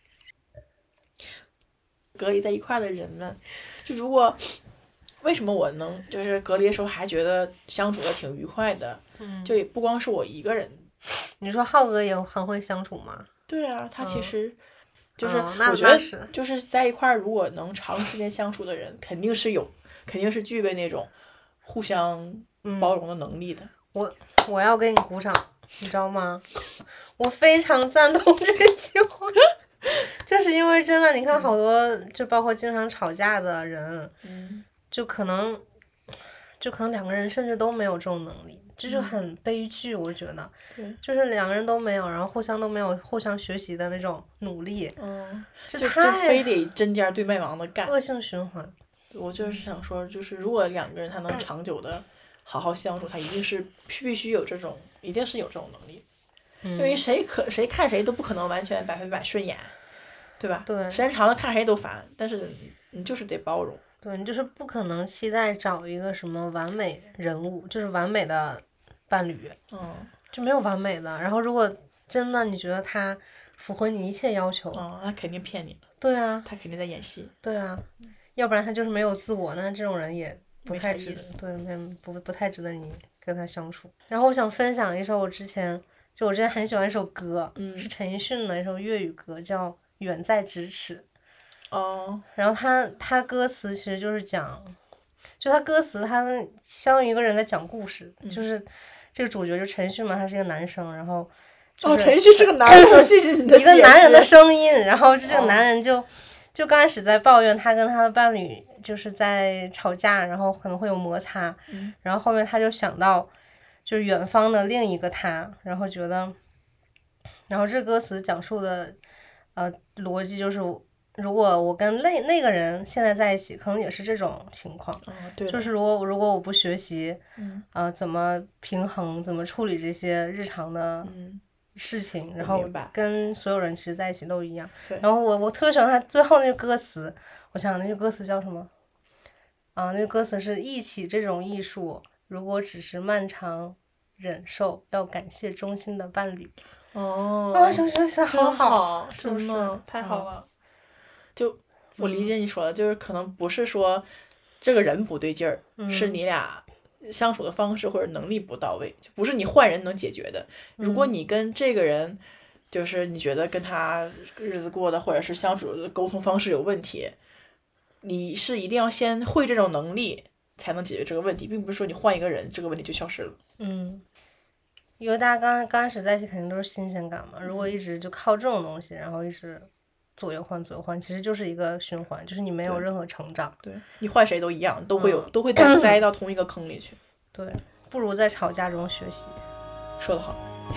隔离在一块儿的人们，就如果为什么我能就是隔离的时候还觉得相处的挺愉快的， 嗯， 就也不光是我一个人。 你说浩哥也很会相处吗？ 对啊，他其实、嗯、就是我觉得就是在一块儿，如果能长时间相处的人，肯定是有，肯定是具备那种互相包容的能力的。 嗯、我我要给你鼓掌，你知道吗？我非常赞同这句话，就是因为真的，你看好多，就包括经常吵架的人， 嗯， 就可能，就可能两个人甚至都没有这种能力。这就很悲剧，我觉得， 对， 就是两个人都没有，然后互相都没有互相学习的那种努力， 嗯， 这就就非得针尖对麦芒的干， 恶性循环。 我就是想说，就是如果两个人他能长久的好好相处，他一定是必须有这种，一定是有这种能力， 嗯、 因为谁可谁看谁都不可能完全百分百顺眼，对吧？ 对， 时间长了看谁都烦，但是你就是得包容。 对，你就是不可能期待找一个什么完美人物，就是完美的伴侣， 嗯， 就没有完美的。然后如果真的你觉得他符合你一切要求， 嗯，那肯定骗你了。 对啊， 他肯定在演戏。 对啊，要不然他就是没有自我，那这种人也不太值得， 对，不不太值得你跟他相处。然后我想分享一首我之前就我之前很喜欢一首歌， 嗯， 是陈奕迅的一首粤语歌，叫《远在咫尺》。 哦， 然后他他歌词其实就是讲，就他歌词他相当于一个人在讲故事， 嗯、 就是这个主角就陈奕迅嘛，他是一个男生，然后、 就是、哦，陈奕迅是个男生，谢谢你的一个男人的声音，然后这个男人就、哦、就刚开始在抱怨他跟他的伴侣就是在吵架，然后可能会有摩擦， 嗯、 然后后面他就想到就是远方的另一个他，然后觉得，然后这歌词讲述的呃逻辑就是。如果我跟那那个人现在在一起，可能也是这种情况， 哦、对， 就是如果如果我不学习， 嗯， 呃，怎么平衡，怎么处理这些日常的事情， 嗯、 然后跟所有人其实在一起都一样。然后我我特别喜欢他最后那句歌词，我想那句歌词叫什么？啊，那句歌词是忆起这种艺术，如果只是漫长忍受，要感谢衷心的伴侣。 哦， 啊，是不是想好好？ 是不是太好了？就我理解你说的，嗯、就是可能不是说这个人不对劲儿， 嗯、 是你俩相处的方式或者能力不到位，就不是你换人能解决的。 嗯、 如果你跟这个人，就是你觉得跟他日子过的或者是相处的沟通方式有问题，你是一定要先会这种能力才能解决这个问题，并不是说你换一个人这个问题就消失了。 嗯，因为大家刚刚开始在一起肯定都是新鲜感嘛，如果一直就靠这种东西，然后一直。左右换左右换，其实就是一个循环，就是你没有任何成长。 对，对你换谁都一样，都会有，嗯、都会栽栽到同一个坑里去。 对，不如在吵架中學習。 說得好。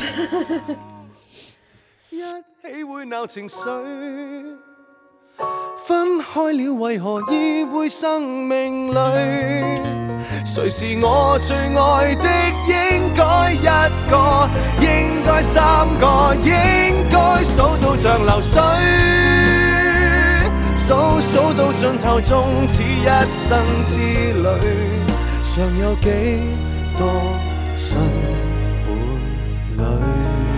一起會鬧情緒，分開了為何已會生命裏？誰是我最愛的？應該一個，應該三個，應該數到像流水，數數到盡頭，終此一生之旅，尚有幾多新伴侶？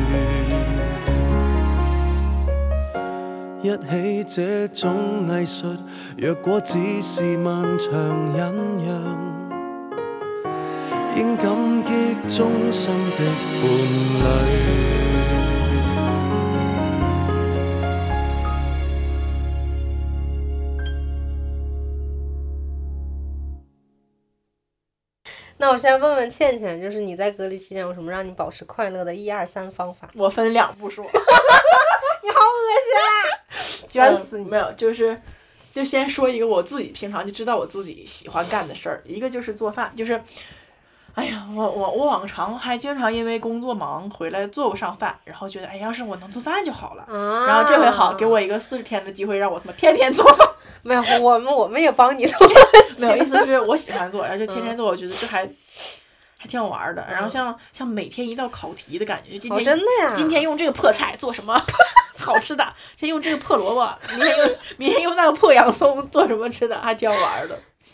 一起這種藝術，若果只是漫長忍讓。應感激忠心的伴侶。 那我先问問倩倩，就是你在隔離期間有什麼讓你保持快樂的一二三方法？ 我分兩步說。 你好惡心啊！捲死你！ 嗯、沒有，就是就先說一個我自己平常就知道我自己喜歡幹的事兒，一個就是做飯，就是。哎呀，我我我往常還經常因為工作忙回來做不上飯，然後覺得哎，要是我能做飯就好了。 啊、 然後這回好，給我一個四十天的機會，讓我他媽天天做飯。 沒有，我們我們也幫你做飯。 沒有，意思是我喜歡做，然後就天天做，我覺得這還、嗯、還挺好玩的。然後像像每天一道考題的感覺，就今天、 哦、真的呀， 今天用這個破菜做什麼好吃的，今天用這個破蘿蔔，明天用明天用那個破洋蔥做什麼吃的，還挺好玩的。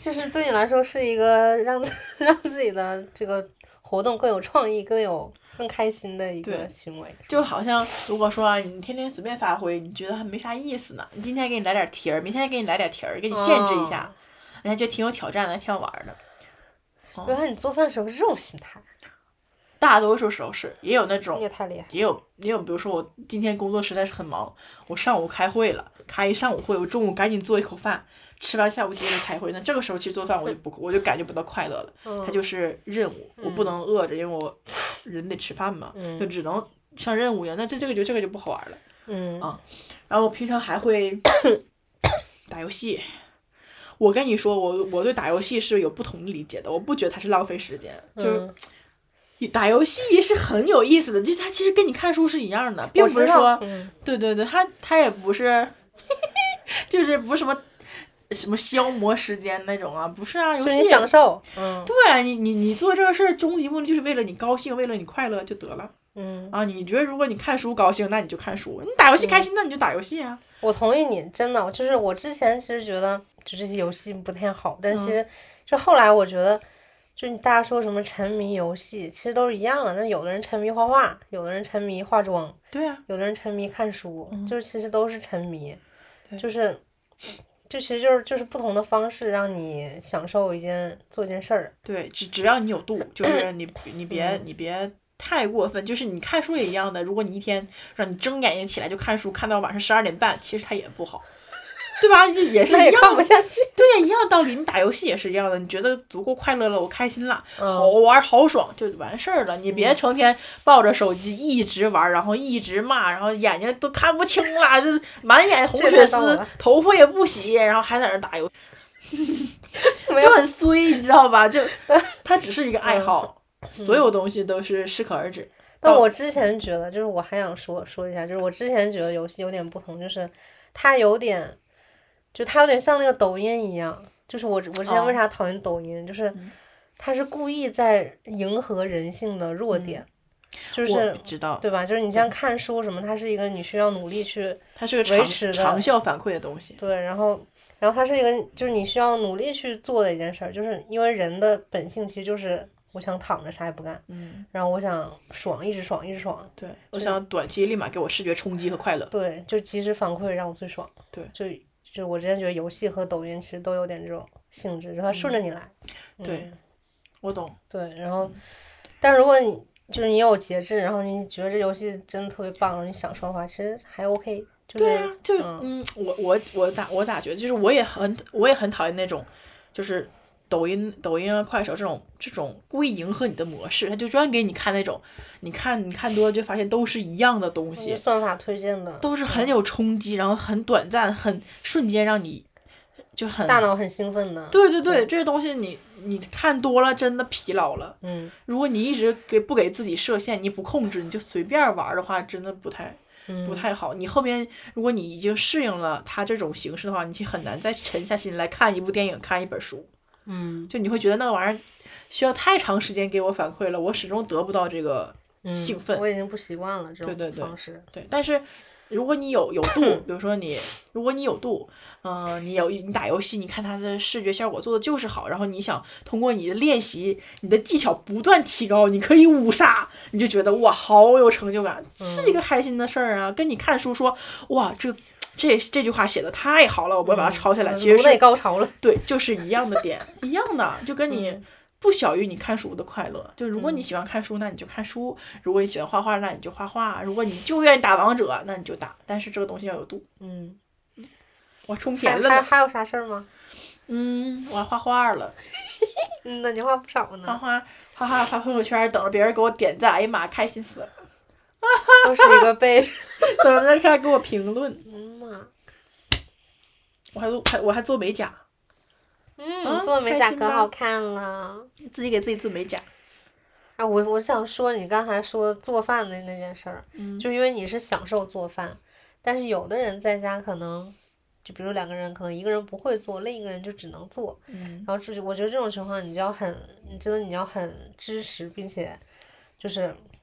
就是对你来说是一个让让自己的这个活动更有创意、更有更开心的一个行为。 就好像如果说、啊、你天天随便发挥，你觉得还没啥意思呢。你今天给你来点题儿，明天给你来点题儿，给你限制一下，人家、哦、觉得挺有挑战的，挺好玩的。 原来你做饭时候是这种心态。 大多数时候是，也有那种， 你也太厉害， 也有也有，比如说我今天工作实在是很忙，我上午开会了，开一上午会，我中午赶紧做一口饭，吃完下午接着开会，那这个时候其实做饭我就不，我就感觉不到快乐了， 嗯、 它就是任务，我不能饿着，因为我人得吃饭嘛， 嗯、 就只能像任务一样，那这这个就这个就不好玩了， 嗯啊，然后我平常还会打游戏。我跟你说，我我对打游戏是有不同的理解的，我不觉得它是浪费时间，就是。嗯打游戏是很有意思的，就是它其实跟你看书是一样的，并不是说， 嗯、 对对对，它它也不是，就是不是什么什么消磨时间那种啊，不是啊，游戏享受，嗯， 对啊，你你你做这个事儿，终极目的就是为了你高兴，为了你快乐就得了， 嗯啊，你觉得如果你看书高兴，那你就看书；你打游戏开心，嗯、那你就打游戏啊。 我同意你，真的，就是我之前其实觉得就这些游戏不太好，但其实就后来我觉得。就大家说什么沉迷游戏，其实都是一样的。那有的人沉迷画画，有的人沉迷化妆， 对啊， 有的人沉迷看书， 嗯、 就是其实都是沉迷，就是就其实就是就是不同的方式让你享受一件做一件事儿。 对，只只要你有度，就是你你别、 嗯、 你别太过分。就是你看书也一样的，如果你一天让你睁眼睛起来就看书，看到晚上十二点半，其实它也不好。对吧？这也是一样， 也看不下去。 对呀，一样道理。你打游戏也是一样的，你觉得足够快乐了，我开心了， 嗯、 好玩好爽，就完事儿了。你别成天抱着手机一直玩，然后一直骂，然后眼睛都看不清了，就满眼红血丝，头发也不洗，然后还在那打游戏，就很衰，你知道吧？就它只是一个爱好， 嗯、 所有东西都是适可而止。 但我之前觉得，就是我还想说说一下，就是我之前觉得游戏有点不同，就是它有点。就它有点像那个抖音一样，就是我我之前为啥讨厌抖音，哦、就是它是故意在迎合人性的弱点， 嗯、 就是知道对吧？就是你像看书什么，它是一个你需要努力去它是个维持的长效反馈的东西。 对，然后然后它是一个就是你需要努力去做的一件事儿，就是因为人的本性其实就是我想躺着啥也不干， 嗯， 然后我想爽，一直爽，一直爽。 对，我想短期立马给我视觉冲击和快乐。 对，就及时反馈让我最爽。 对， 就。就我之前觉得游戏和抖音其实都有点这种性质，就它顺着你来。 嗯、对、 嗯， 我懂。 对，然后，嗯、但如果你就是你有节制，然后你觉得这游戏真的特别棒，然后你享受的话，其实还 OK。就是、 对啊，就嗯，嗯我我我咋我咋觉得，就是我也很我也很讨厌那种，就是抖音抖音啊、快手这种这种故意迎合你的模式，他就专给你看那种，你看你看多了就发现都是一样的东西， 算法推荐的都是很有冲击，然后很短暂，很瞬间让你就很大脑很兴奋的。 对对对，对这些东西你你看多了真的疲劳了。 嗯， 如果你一直给不给自己设限，你不控制，你就随便玩的话，真的不太。不太好，你后边如果你已经适应了它这种形式的话，你就很难再沉下心来看一部电影，看一本书。 嗯， 就你会觉得那个玩意儿需要太长时间给我反馈了，我始终得不到这个兴奋。 嗯、我已经不习惯了这种方式。 对对对，对，但是如果你有有度，比如说你，如果你有度，嗯、呃，你有你打游戏，你看它的视觉效果做的就是好，然后你想通过你的练习，你的技巧不断提高，你可以五杀，你就觉得哇，好有成就感， 嗯、 是一个开心的事儿啊。跟你看书说，哇，这这这句话写的太好了，我把它抄下来， 嗯、 其实是高潮了。 对，就是一样的点，一样的，就跟你。嗯不小于你看书的快乐，就如果你喜欢看书，那你就看书；如果你喜欢画画，那你就画画；如果你就愿意打王者，那你就打。但是这个东西要有度。 嗯， 我充钱了还还有啥事儿吗？ 嗯，我还画画了。 嗯，那你画不少呢。 画画，画画发朋友圈，等着别人给我点赞，哎呀妈，开心死了。 又是一个背， 等着他给我评论。 嗯嘛， 我还做，还我还做美甲。 嗯，做美甲可好看了， 自己给自己做美甲。 啊，我我想说你刚才说做饭的那件事儿， 嗯， 就因为你是享受做饭，但是有的人在家可能，就比如两个人，可能一个人不会做，另一个人就只能做， 嗯， 然后这我觉得这种情况你就要很，你真的你要很支持，并且就是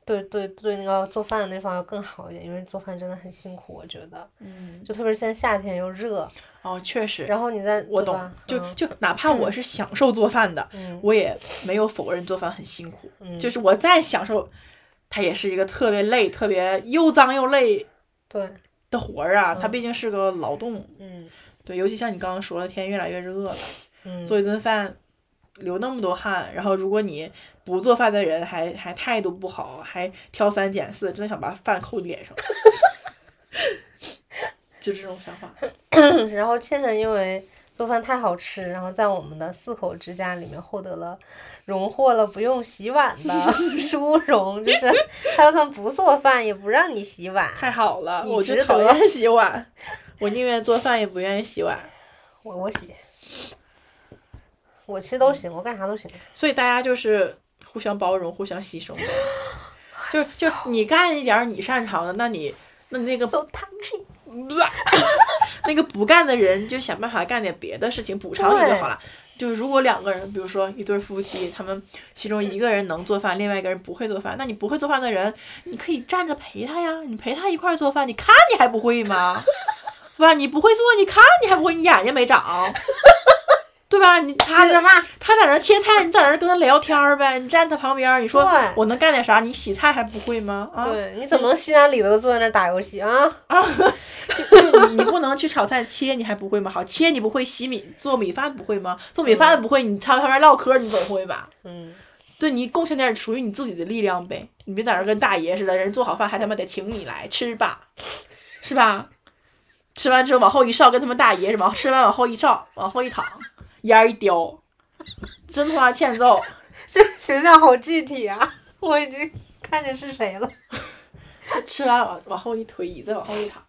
对对对，那个做饭的那方要更好一点，因为做饭真的很辛苦，我觉得。 嗯， 就特别是现在夏天又热。 哦，确实。 然后你再我懂，就就哪怕我是享受做饭的， 嗯、 我也没有否认做饭很辛苦。 嗯、 就是我再享受，它也是一个特别累、特别又脏又累对的活儿啊。它毕竟是个劳动。 嗯。 对，尤其像你刚刚说的，天越来越热了， 嗯、 做一顿饭流那么多汗，然后如果你不做饭的人还还态度不好，还挑三拣四，真的想把饭扣你脸上。就这种想法。 然后倩倩因为做饭太好吃，然后在我们的四口之家里面获得了荣获了不用洗碗的殊荣，就是他就算不做饭也不让你洗碗。 太好了，我就讨厌洗碗，我宁愿做饭也不愿意洗碗。 我我洗，我其实都行，我干啥都行。 所以大家就是互相包容，互相牺牲的。就就你干一点你擅长的，那你那你那个 so touchy 那个不干的人就想办法干点别的事情补偿你就好了。就是如果两个人，比如说一对夫妻，他们其中一个人能做饭，另外一个人不会做饭，那你不会做饭的人，你可以站着陪他呀，你陪他一块做饭，你看你还不会吗？对吧？你不会做，你看你还不会，你眼睛没长。对吧？你他他在那切菜，你在那跟他聊天呗。你站他旁边，你说我能干点啥？你洗菜还不会吗？啊， 对，你怎么能心安理得的坐在那打游戏啊？ 啊，就就你你不能去炒菜切，你还不会吗？好，切你不会，洗米做米饭不会吗？做米饭不会，你朝旁边唠嗑，你总会吧？ 嗯， 对，你贡献点属于你自己的力量呗。你别在那跟大爷似的，人做好饭还他妈得请你来吃吧，是吧？吃完之后往后一稍，跟他们大爷什么？吃完往后一照，往后一躺。烟一叼，真他妈欠揍！ 这形象好具体啊！我已经看见是谁了。 吃完往往后一推，椅子往后一躺。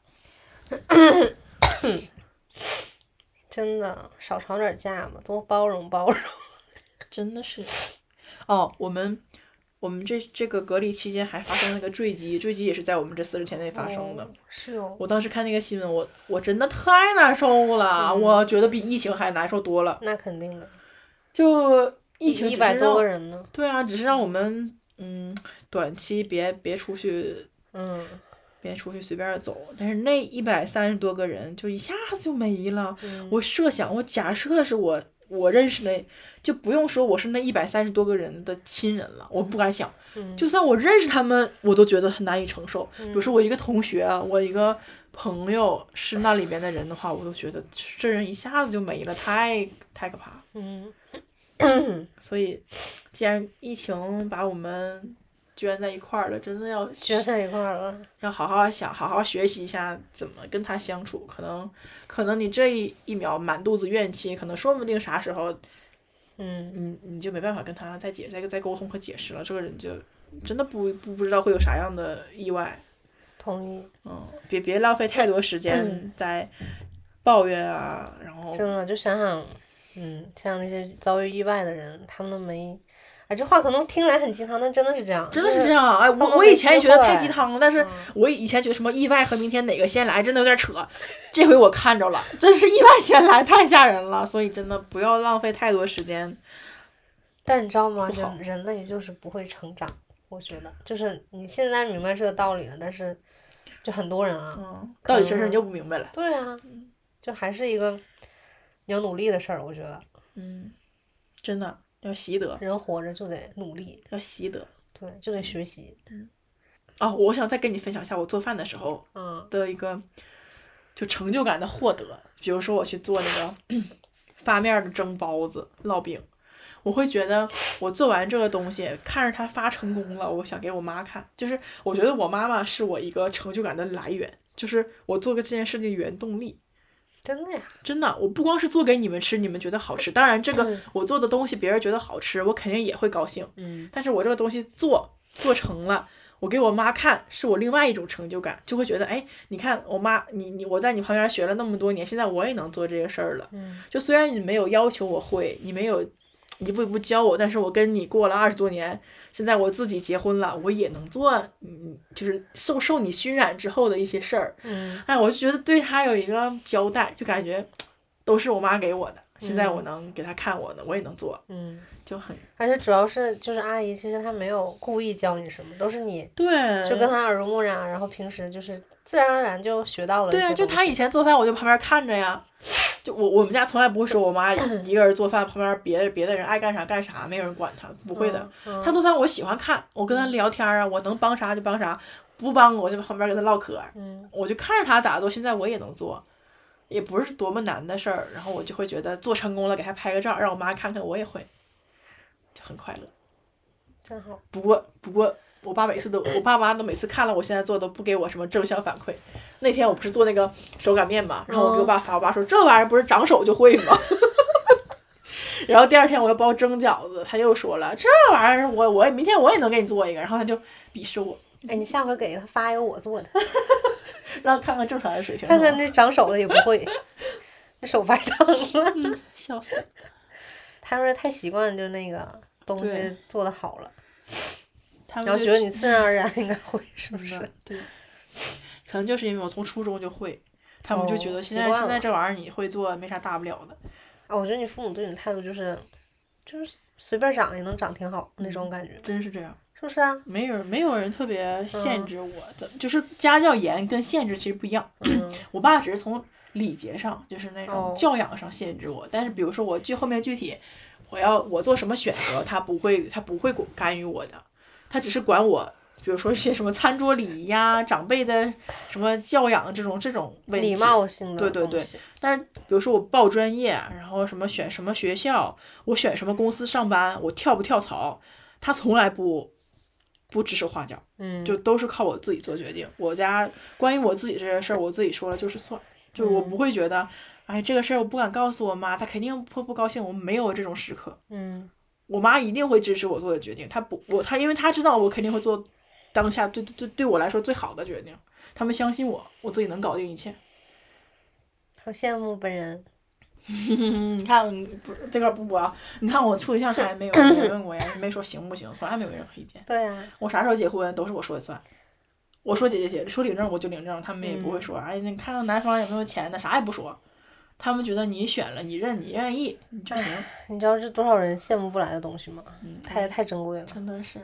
真的少吵点架嘛，多包容包容。 真的是。哦，我们我们这这个隔离期间还发生那个坠机，坠机也是在我们这四十天内发生的。 哦是哦。 我当时看那个新闻，我我真的太难受了， 嗯、 我觉得比疫情还难受多了。 那肯定的。 就疫情一百多个人呢。 对啊，只是让我们嗯短期别别出去， 嗯， 别出去随便走。但是那一百三十多个人就一下子就没了。 嗯、 我设想，我假设是我我认识的，就不用说我是那一百三十多个人的亲人了，我不敢想。 嗯、 就算我认识他们，我都觉得很难以承受。 嗯、 比如说我一个同学，我一个朋友是那里边的人的话，我都觉得这人一下子就没了，太太可怕了。 嗯。 所以，既然疫情把我们圈在一块儿了，真的要圈在一块儿了， 要好好想，好好学习一下怎么跟他相处。可能，可能你这一一秒满肚子怨气，可能说不定啥时候， 嗯， 你你就没办法跟他再解再再沟通和解释了。这个人就真的不不不知道会有啥样的意外。 同意。 嗯，别别浪费太多时间在抱怨啊，然后真的就想想。嗯，像那些遭遇意外的人，他们都没，哎，这话可能听来很鸡汤，但真的是这样， 真的是这样。哎，我我以前也觉得太鸡汤了，但是嗯、 我以前觉得什么意外和明天哪个先来，真的有点扯。这回我看着了，真是意外先来，太吓人了。所以真的不要浪费太多时间。 但是你知道吗？人人类就是不会成长，我觉得，就是你现在明白这个道理了，但是就很多人啊， 嗯，道理真是就不明白了。 对啊，就还是一个。有努力的事儿，我觉得， 嗯，真的要习得， 人活着就得努力， 要习得， 对，就得学习。 嗯，哦，我想再跟你分享一下我做饭的时候， 嗯， 的一个就成就感的获得。比如说我去做那个发面的蒸包子、烙饼，我会觉得我做完这个东西，看着它发成功了，我想给我妈看，就是我觉得我妈妈是我一个成就感的来源，就是我做个这件事的原动力。 真的呀， 真的，我不光是做给你们吃，你们觉得好吃，当然这个我做的东西别人觉得好吃，我肯定也会高兴。 嗯， 但是我这个东西做做成了，我给我妈看，是我另外一种成就感，就会觉得，哎，你看我妈，你你我在你旁边学了那么多年，现在我也能做这个事儿了。 嗯， 就虽然你没有要求我会，你没有一步一步教我，但是我跟你过了二十多年，现在我自己结婚了，我也能做，嗯，就是受受你熏染之后的一些事儿。 嗯， 哎，我就觉得对他有一个交代，就感觉都是我妈给我的， 现在我能给他看我的，我也能做， 嗯， 就很而且主要是就是阿姨，其实她没有故意教你什么，都是你对， 就跟她耳濡目染，然后平时就是自然而然就学到了。 对啊，就她以前做饭，我就旁边看着呀。就我我们家从来不会说我妈一个人做饭，旁边别的别的人爱干啥干啥，没有人管她，不会的。 嗯嗯、 她做饭我喜欢看，我跟她聊天啊，我能帮啥就帮啥，不帮我就旁边跟她唠嗑。 嗯， 我就看着她咋做，现在我也能做，也不是多么难的事儿。然后我就会觉得做成功了，给她拍个照，让我妈看看我也会，就很快乐。 真好。 不过不过。我爸每次都，我爸妈都每次看了我现在做都不给我什么正向反馈。那天我不是做那个手擀面嘛，然后我给我爸发，我爸说这玩意儿不是长手就会吗？然后第二天我又包蒸饺子，他又说了这玩意儿我我明天我也能给你做一个，然后他就鄙视我。 哎，你下回给他发一个我做的， 让看看正常的水平。 看看那长手的也不会，那手白长了， 嗯、笑死。 他说太习惯就那个东西做的好了。 他们然后觉得你自然而然应该会，是不是？ 对，可能就是因为我从初中就会，他们就觉得现在、 哦、 现在这玩意儿你会做没啥大不了的。 啊，我觉得你父母对你的态度就是，就是随便长也能长挺好、嗯、那种感觉。 真是这样， 是不是啊？ 没有没有人特别限制我的，嗯、就是家教严跟限制其实不一样。 嗯、 我爸只是从礼节上，就是那种教养上限制我，哦、但是比如说我具后面具体我要我做什么选择，他不会他不会干预我的。他只是管我，比如说一些什么餐桌礼仪呀、长辈的什么教养这种这种问题， 礼貌性的对对对。但是比如说我报专业，然后什么选什么学校，我选什么公司上班，我跳不跳槽，他从来不不指手画脚， 嗯， 就都是靠我自己做决定。我家关于我自己这些事儿，我自己说了就是算，就我不会觉得，嗯、哎，这个事儿我不敢告诉我妈，她肯定会不高兴。我没有这种时刻， 嗯。 我妈一定会支持我做的决定，她不我她因为她知道我肯定会做当下对对对我来说最好的决定，他们相信我，我自己能搞定一切。 好羡慕本人。 你看不这块不播啊？你看我处对象还没有人问过呀，没说行不行，从来没有任何意见。 对啊。 我啥时候结婚都是我说了算，我说结就结，说领证我就领证，他们也不会说、嗯、哎你看看男方有没有钱的，啥也不说。他们觉得你选了，你认，你愿意，你就行。 你知道这多少人羡慕不来的东西吗？ 嗯， 太太珍贵了。 真的是。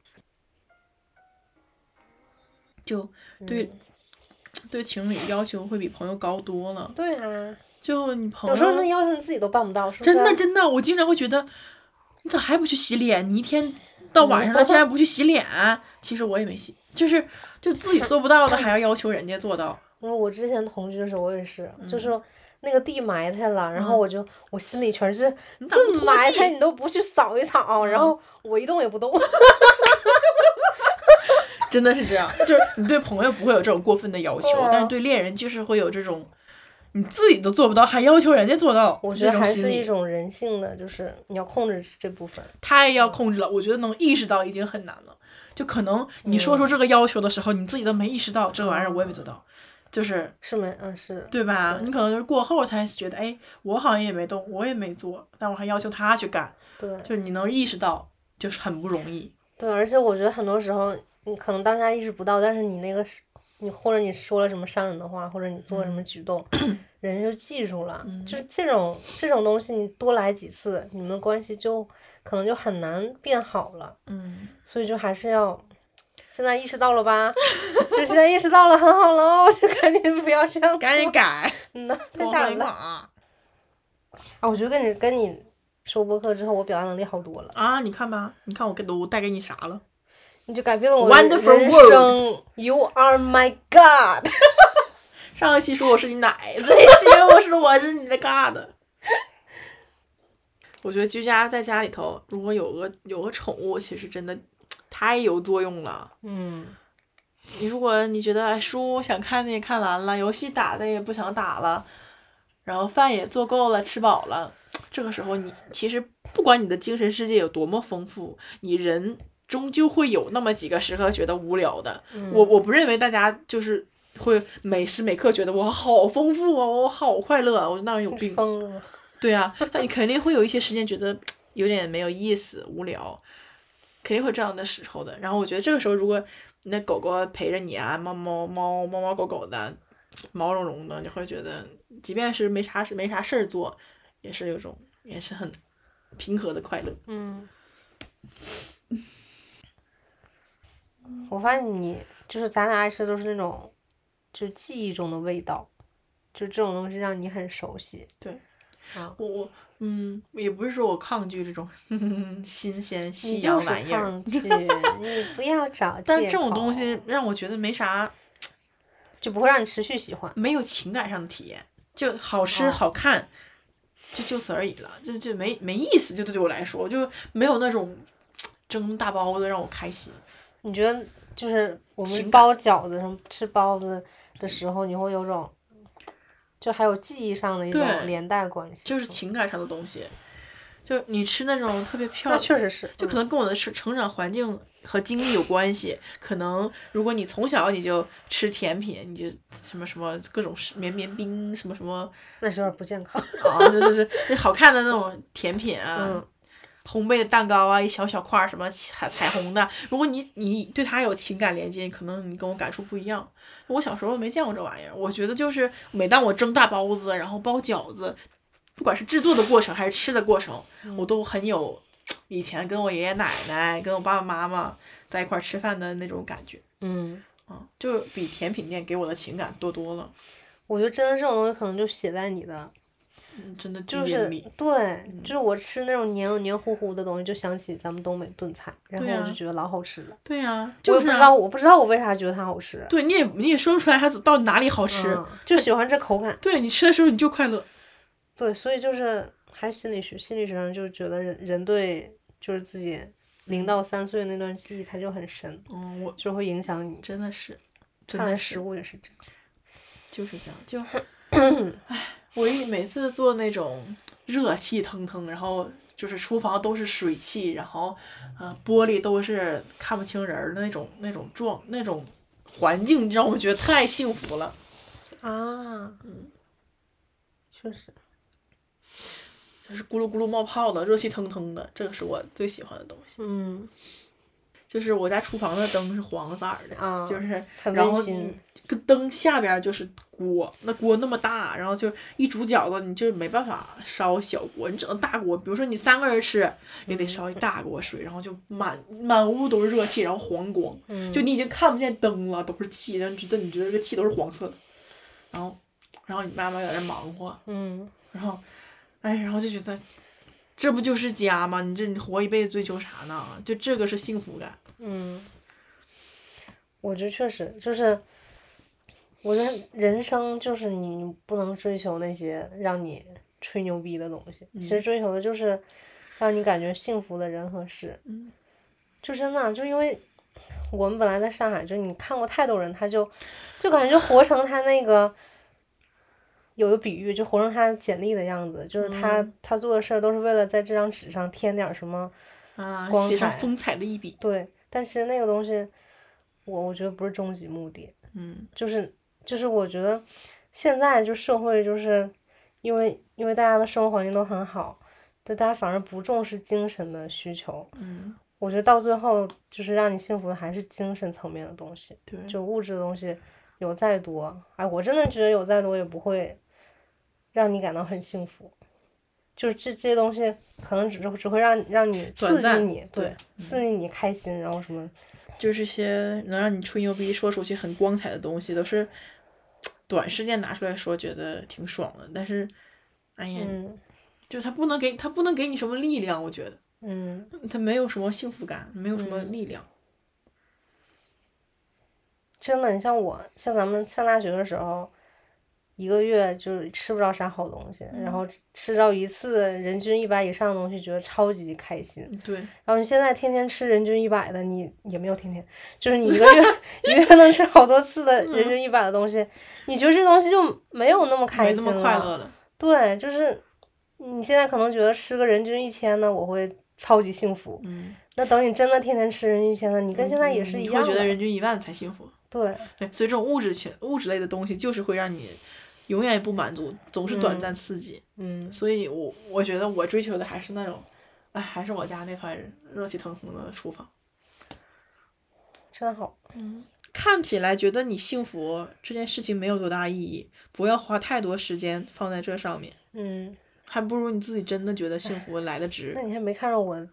就对、嗯、对情侣要求会比朋友高多了。 对啊。 就你朋友有时候那要求你自己都办不到，是不是？真的真的，我经常会觉得，你咋还不去洗脸？你一天到晚上了，竟然不去洗脸？其实我也没洗，就是就自己做不到的，还要要求人家做到。 我之前同居的时候，我也是，嗯、就是。那个地埋汰了，然后我就、嗯、我心里全是这么埋汰，你都不去扫一扫，然后我一动也不动。 真的是这样，就是你对朋友不会有这种过分的要求，但是对恋人就是会有这种，你自己都做不到，还要求人家做到。 我觉得还是一种人性的，就是你要控制这部分。 太要控制了，我觉得能意识到已经很难了。就可能你说出这个要求的时候，嗯、你自己都没意识到这个玩意儿我也没做到。就是是没嗯是对吧？ 对你可能就是过后才觉得，哎，我好像也没动，我也没做，但我还要求他去干。 对， 就是你能意识到，就是很不容易。 对，而且我觉得很多时候你可能当下意识不到，但是你那个你或者你说了什么伤人的话，或者你做了什么举动，嗯、人家就记住了。 嗯、 就是这种这种东西，你多来几次，你们的关系就可能就很难变好了。 嗯， 所以就还是要。现在意识到了吧？就现在意识到了，很好喽，就赶紧不要这样， 赶紧改。 嗯呐，太吓人了啊！我觉得跟你跟你收播客之后，我表达能力好多了啊！你看吧，你看我给都带给你啥了？ 你就改变了我的人生。You are my God 。 上一期说我是你奶，这一期我说我是你的 God。我觉得居家在家里头，如果有个有个宠物，其实真的。太有作用了， 嗯， 你如果你觉得哎书想看的也看完了，游戏打的也不想打了，然后饭也做够了吃饱了，这个时候你其实不管你的精神世界有多么丰富，你人终究会有那么几个时刻觉得无聊的。 嗯、 我我不认为大家就是会每时每刻觉得我好丰富啊，我好快乐啊，我那有病。 疯了。 对啊，那你肯定会有一些时间觉得有点没有意思、无聊。肯定会这样的时候的，然后我觉得这个时候，如果你的狗狗陪着你啊，猫猫猫猫猫狗狗的，毛茸茸的，你会觉得，即便是没啥事没啥事儿做， 也是有种也是很平和的快乐。 嗯。我发现你就是咱俩爱吃都是那种，就是记忆中的味道，就这种东西让你很熟悉。 对， 啊， 我我嗯，也不是说我抗拒这种新鲜西你就是洋玩意儿， 抗拒，你不要找借口。 但这种东西让我觉得没啥， 就不会让你持续喜欢， 没有情感上的体验，就好吃、 哦好看，就就此而已了，就就没没意思，就对我来说，就没有那种蒸大包子让我开心。 你觉得就是我情感们包饺子什么吃包子的时候，你会有种，就还有记忆上的一种对连带关系， 就是情感上的东西，就你吃那种特别漂那亮， 确实是， 就可能跟我的成成长环境和经历有关系。可能如果你从小你就吃甜品，你就什么什么各种绵绵冰什么什么那是有点不健康。 啊，就就是那好看的那种甜品啊。 嗯烘焙的蛋糕啊，一小小块儿什么彩彩虹的，如果你你对它有情感连接，可能你跟我感触不一样。我小时候没见过这玩意儿，我觉得就是每当我蒸大包子，然后包饺子，不管是制作的过程还是吃的过程， 嗯我都很有以前跟我爷爷奶奶、跟我爸爸妈妈在一块儿吃饭的那种感觉。 嗯， 啊，就比甜品店给我的情感多多了。 我觉得真的这种东西可能就写在你的。 嗯，真的就是基因里。 对，就是我吃那种黏黏糊糊的东西，就想起咱们东北炖菜，然后对啊我就觉得老好吃了。 对呀、 我就是啊也不知道，我不知道我为啥觉得它好吃。 对，你也你也说不出来它到底哪里好吃。 嗯，就喜欢这口感。 对你吃的时候你就快乐。 对，所以就是还是心理学，心理学上就觉得人人对就是自己零到三岁那段记忆，它就很深， 嗯，我就会影响你。 真的是，真看来的是食物也是这样。 就是这样，就，唉，我一每次做那种热气腾腾，然后就是厨房都是水汽，然后，呃，玻璃都是看不清人儿的那种那种状那种环境，让我觉得太幸福了。 啊，嗯，确实。 就是咕噜咕噜冒泡的，热气腾腾的，这个是我最喜欢的东西。 嗯。 就是我家厨房的灯是黄色儿的， 啊就是很然后温馨个灯下边就是锅，那锅那么大，然后就一煮饺子，你就没办法烧小锅，你只能大锅。比如说你三个人吃，也得烧一大锅水，然后就满满屋都是热气，然后黄光， 嗯就你已经看不见灯了，都是气，然后觉得你觉得这个气都是黄色的，然后然后你妈妈在那忙活， 嗯， 然后哎，然后就觉得。这不就是家吗？你这你活一辈子追求啥呢？就这个是幸福感。 嗯，我觉得确实就是，我觉得人生就是你不能追求那些让你吹牛逼的东西， 嗯、 其实追求的就是让你感觉幸福的人和事。 嗯， 就真的就因为我们本来在上海，就你看过太多人，他就就感觉就活成他那个。有个比喻，就活成他简历的样子，就是他、 嗯、 他做的事儿都是为了在这张纸上添点什么啊， 光彩， 写上风采的一笔。 对，但是那个东西，我我觉得不是终极目的。 嗯， 就是就是我觉得现在就社会就是因为因为大家的生活环境都很好，就大家反而不重视精神的需求。 嗯， 我觉得到最后就是让你幸福的还是精神层面的东西。 对， 就物质的东西有再多，哎，我真的觉得有再多也不会。让你感到很幸福，就是这这些东西可能只是只会让让你刺激你， 对， 对刺激你开心，然后什么， 就是些能让你吹牛逼说出去很光彩的东西，都是短时间拿出来说，觉得挺爽的。但是，哎呀， 嗯， 就他不能给他不能给你什么力量，我觉得， 嗯， 他没有什么幸福感，没有什么力量。 嗯、真的，你像我，像咱们上大学的时候。一个月就是吃不着啥好东西， 嗯、 然后吃到一次人均一百以上的东西，觉得超级开心。 对。 然后你现在天天吃人均一百的，你也没有天天，就是你一个月一个月能吃好多次的人均一百的东西，嗯、你觉得这东西就没有那么开心了， 没那么快乐了。 对，就是你现在可能觉得吃个人均一千呢，我会超级幸福。 嗯。 那等你真的天天吃人均一千呢，你跟现在也是一样的。 你会觉得人均一万才幸福。 对。 对，所以这种物质群物质类的东西，就是会让你。永远也不满足，总是短暂刺激。 嗯， 所以我我觉得我追求的还是那种，哎，还是我家那团热气腾腾的厨房。 真好。 嗯，看起来觉得你幸福这件事情没有多大意义，不要花太多时间放在这上面。 嗯， 还不如你自己真的觉得幸福来得值。 那你还没看着我，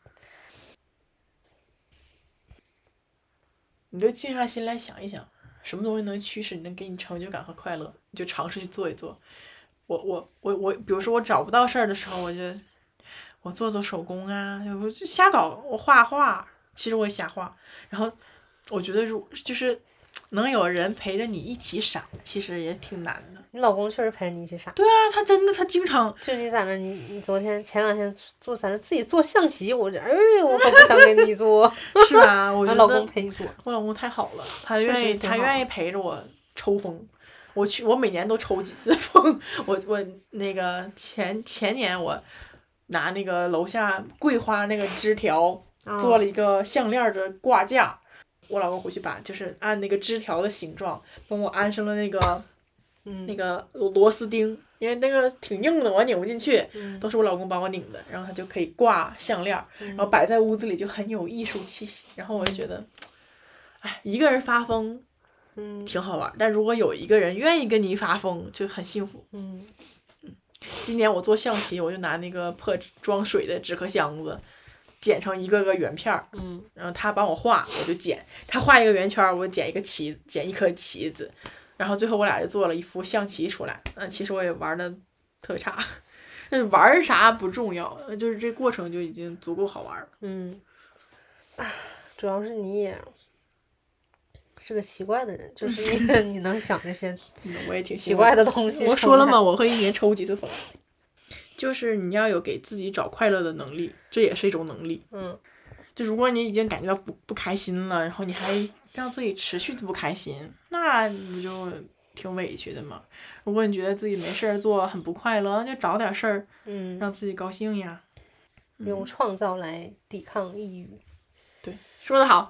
你就静下心来想一想，什么东西能驱使你，能给你成就感和快乐，你就尝试去做一做。我我我我，比如说我找不到事儿的时候，我就我做做手工啊，我就瞎搞，我画画，其实我也瞎画。然后我觉得如就是能有人陪着你一起傻，其实也挺难的。 你老公确实陪着你一起傻。 对啊，他真的他经常就你在那，你你昨天前两天做在那自己做象棋，我这哎我可不想给你做。 是啊，我觉得老公陪你做， 我老公太好了，他愿意他愿意陪着我抽风。我去，我每年都抽几次风。我我那个前前年我拿那个楼下桂花那个枝条做了一个项链的挂架，我老公回去把就是按那个枝条的形状帮我安上了那个、嗯、那个螺丝钉，因为那个挺硬的，我拧不进去， 嗯、 都是我老公帮我拧的，然后他就可以挂项链， 嗯、 然后摆在屋子里就很有艺术气息。然后我就觉得，哎，一个人发疯。 嗯， 挺好玩，但如果有一个人愿意跟你发疯，就很幸福。 嗯嗯，今年我做象棋，我就拿那个破装水的纸壳箱子，剪成一个个圆片儿。 嗯， 然后他帮我画，我就剪，他画一个圆圈，我剪一个棋，剪一颗棋子，然后最后我俩就做了一副象棋出来。嗯，其实我也玩的特别差，但是玩啥不重要，就是这过程就已经足够好玩了。 嗯，主要是你也。是个奇怪的人，就是你你能想这些， 我也挺奇怪的东西。 我说了嘛，我会一年抽几次风。就是你要有给自己找快乐的能力，这也是一种能力。 嗯， 就如果你已经感觉到不不开心了，然后你还让自己持续的不开心，那不就挺委屈的吗？如果你觉得自己没事儿做，很不快乐，那就找点事儿， 嗯， 让自己高兴呀。 嗯、用创造来抵抗抑郁。 对，说得好。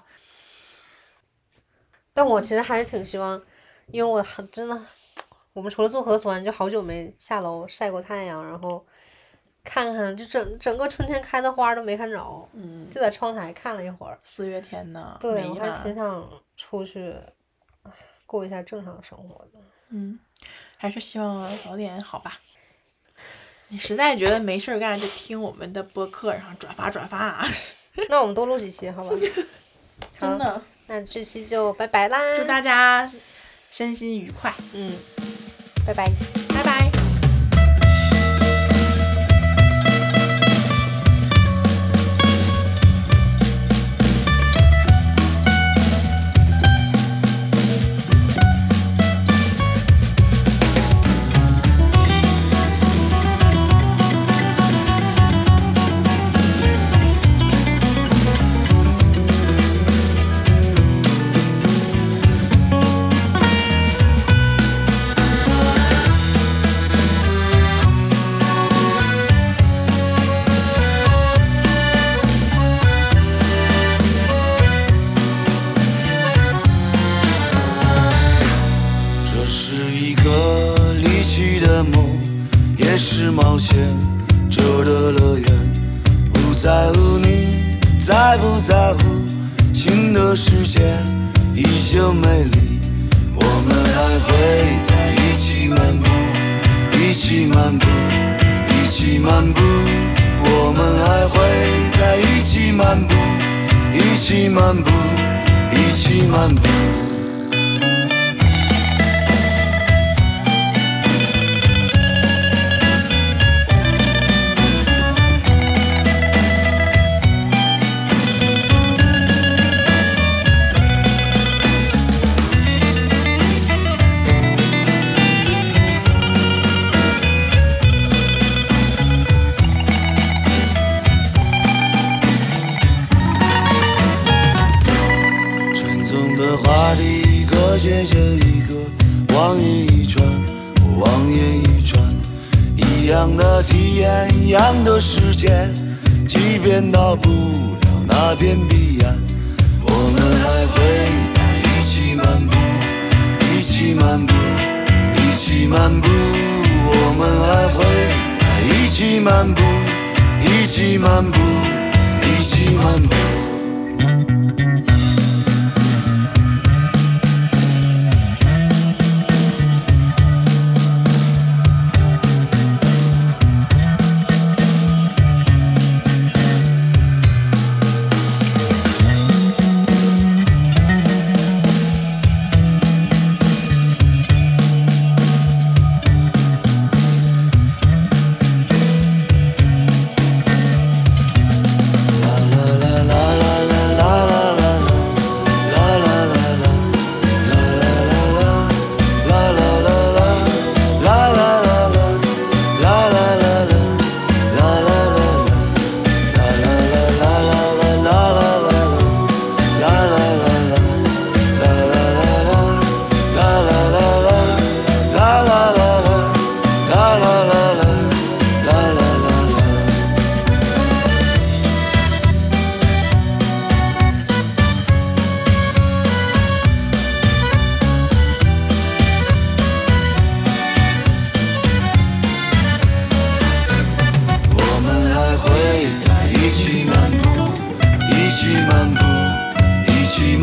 但我其实还是挺希望，因为我真的，我们除了做核酸，就好久没下楼晒过太阳，然后看看，就整整个春天开的花都没看着， 嗯， 就在窗台看了一会儿。 四月天呢， 对，我还挺想出去过一下正常的生活的。 嗯，还是希望早点好吧。你实在觉得没事儿干，就听我们的播客，然后转发转发。 那我们多录几期，好吧？ 真的。 那这期就拜拜啦！ 祝大家身心愉快。 嗯，拜拜， 拜拜。 冒险者的乐园，不在乎你在不在乎，新的世界依旧美丽。我们还会在一起漫步，一起漫步，一起漫步。我们还会在一起漫步，一起漫步，一起漫步。话题一个接着一个，望眼一转，我望眼一转，一样的体验，一样的世界，即便到不了那边彼岸，我们还会在一起漫步，一起漫步，一起漫步。我们还会在一起漫步，一起漫步，一起漫步。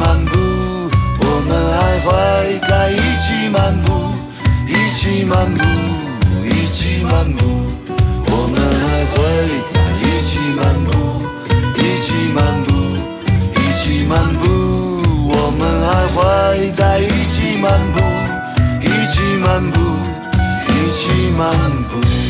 漫步，我们还会在一起漫步，一起漫步，一起漫步，我们还会在一起漫步，一起漫步，一起漫步，我们还会在一起漫步，一起漫步，一起漫步。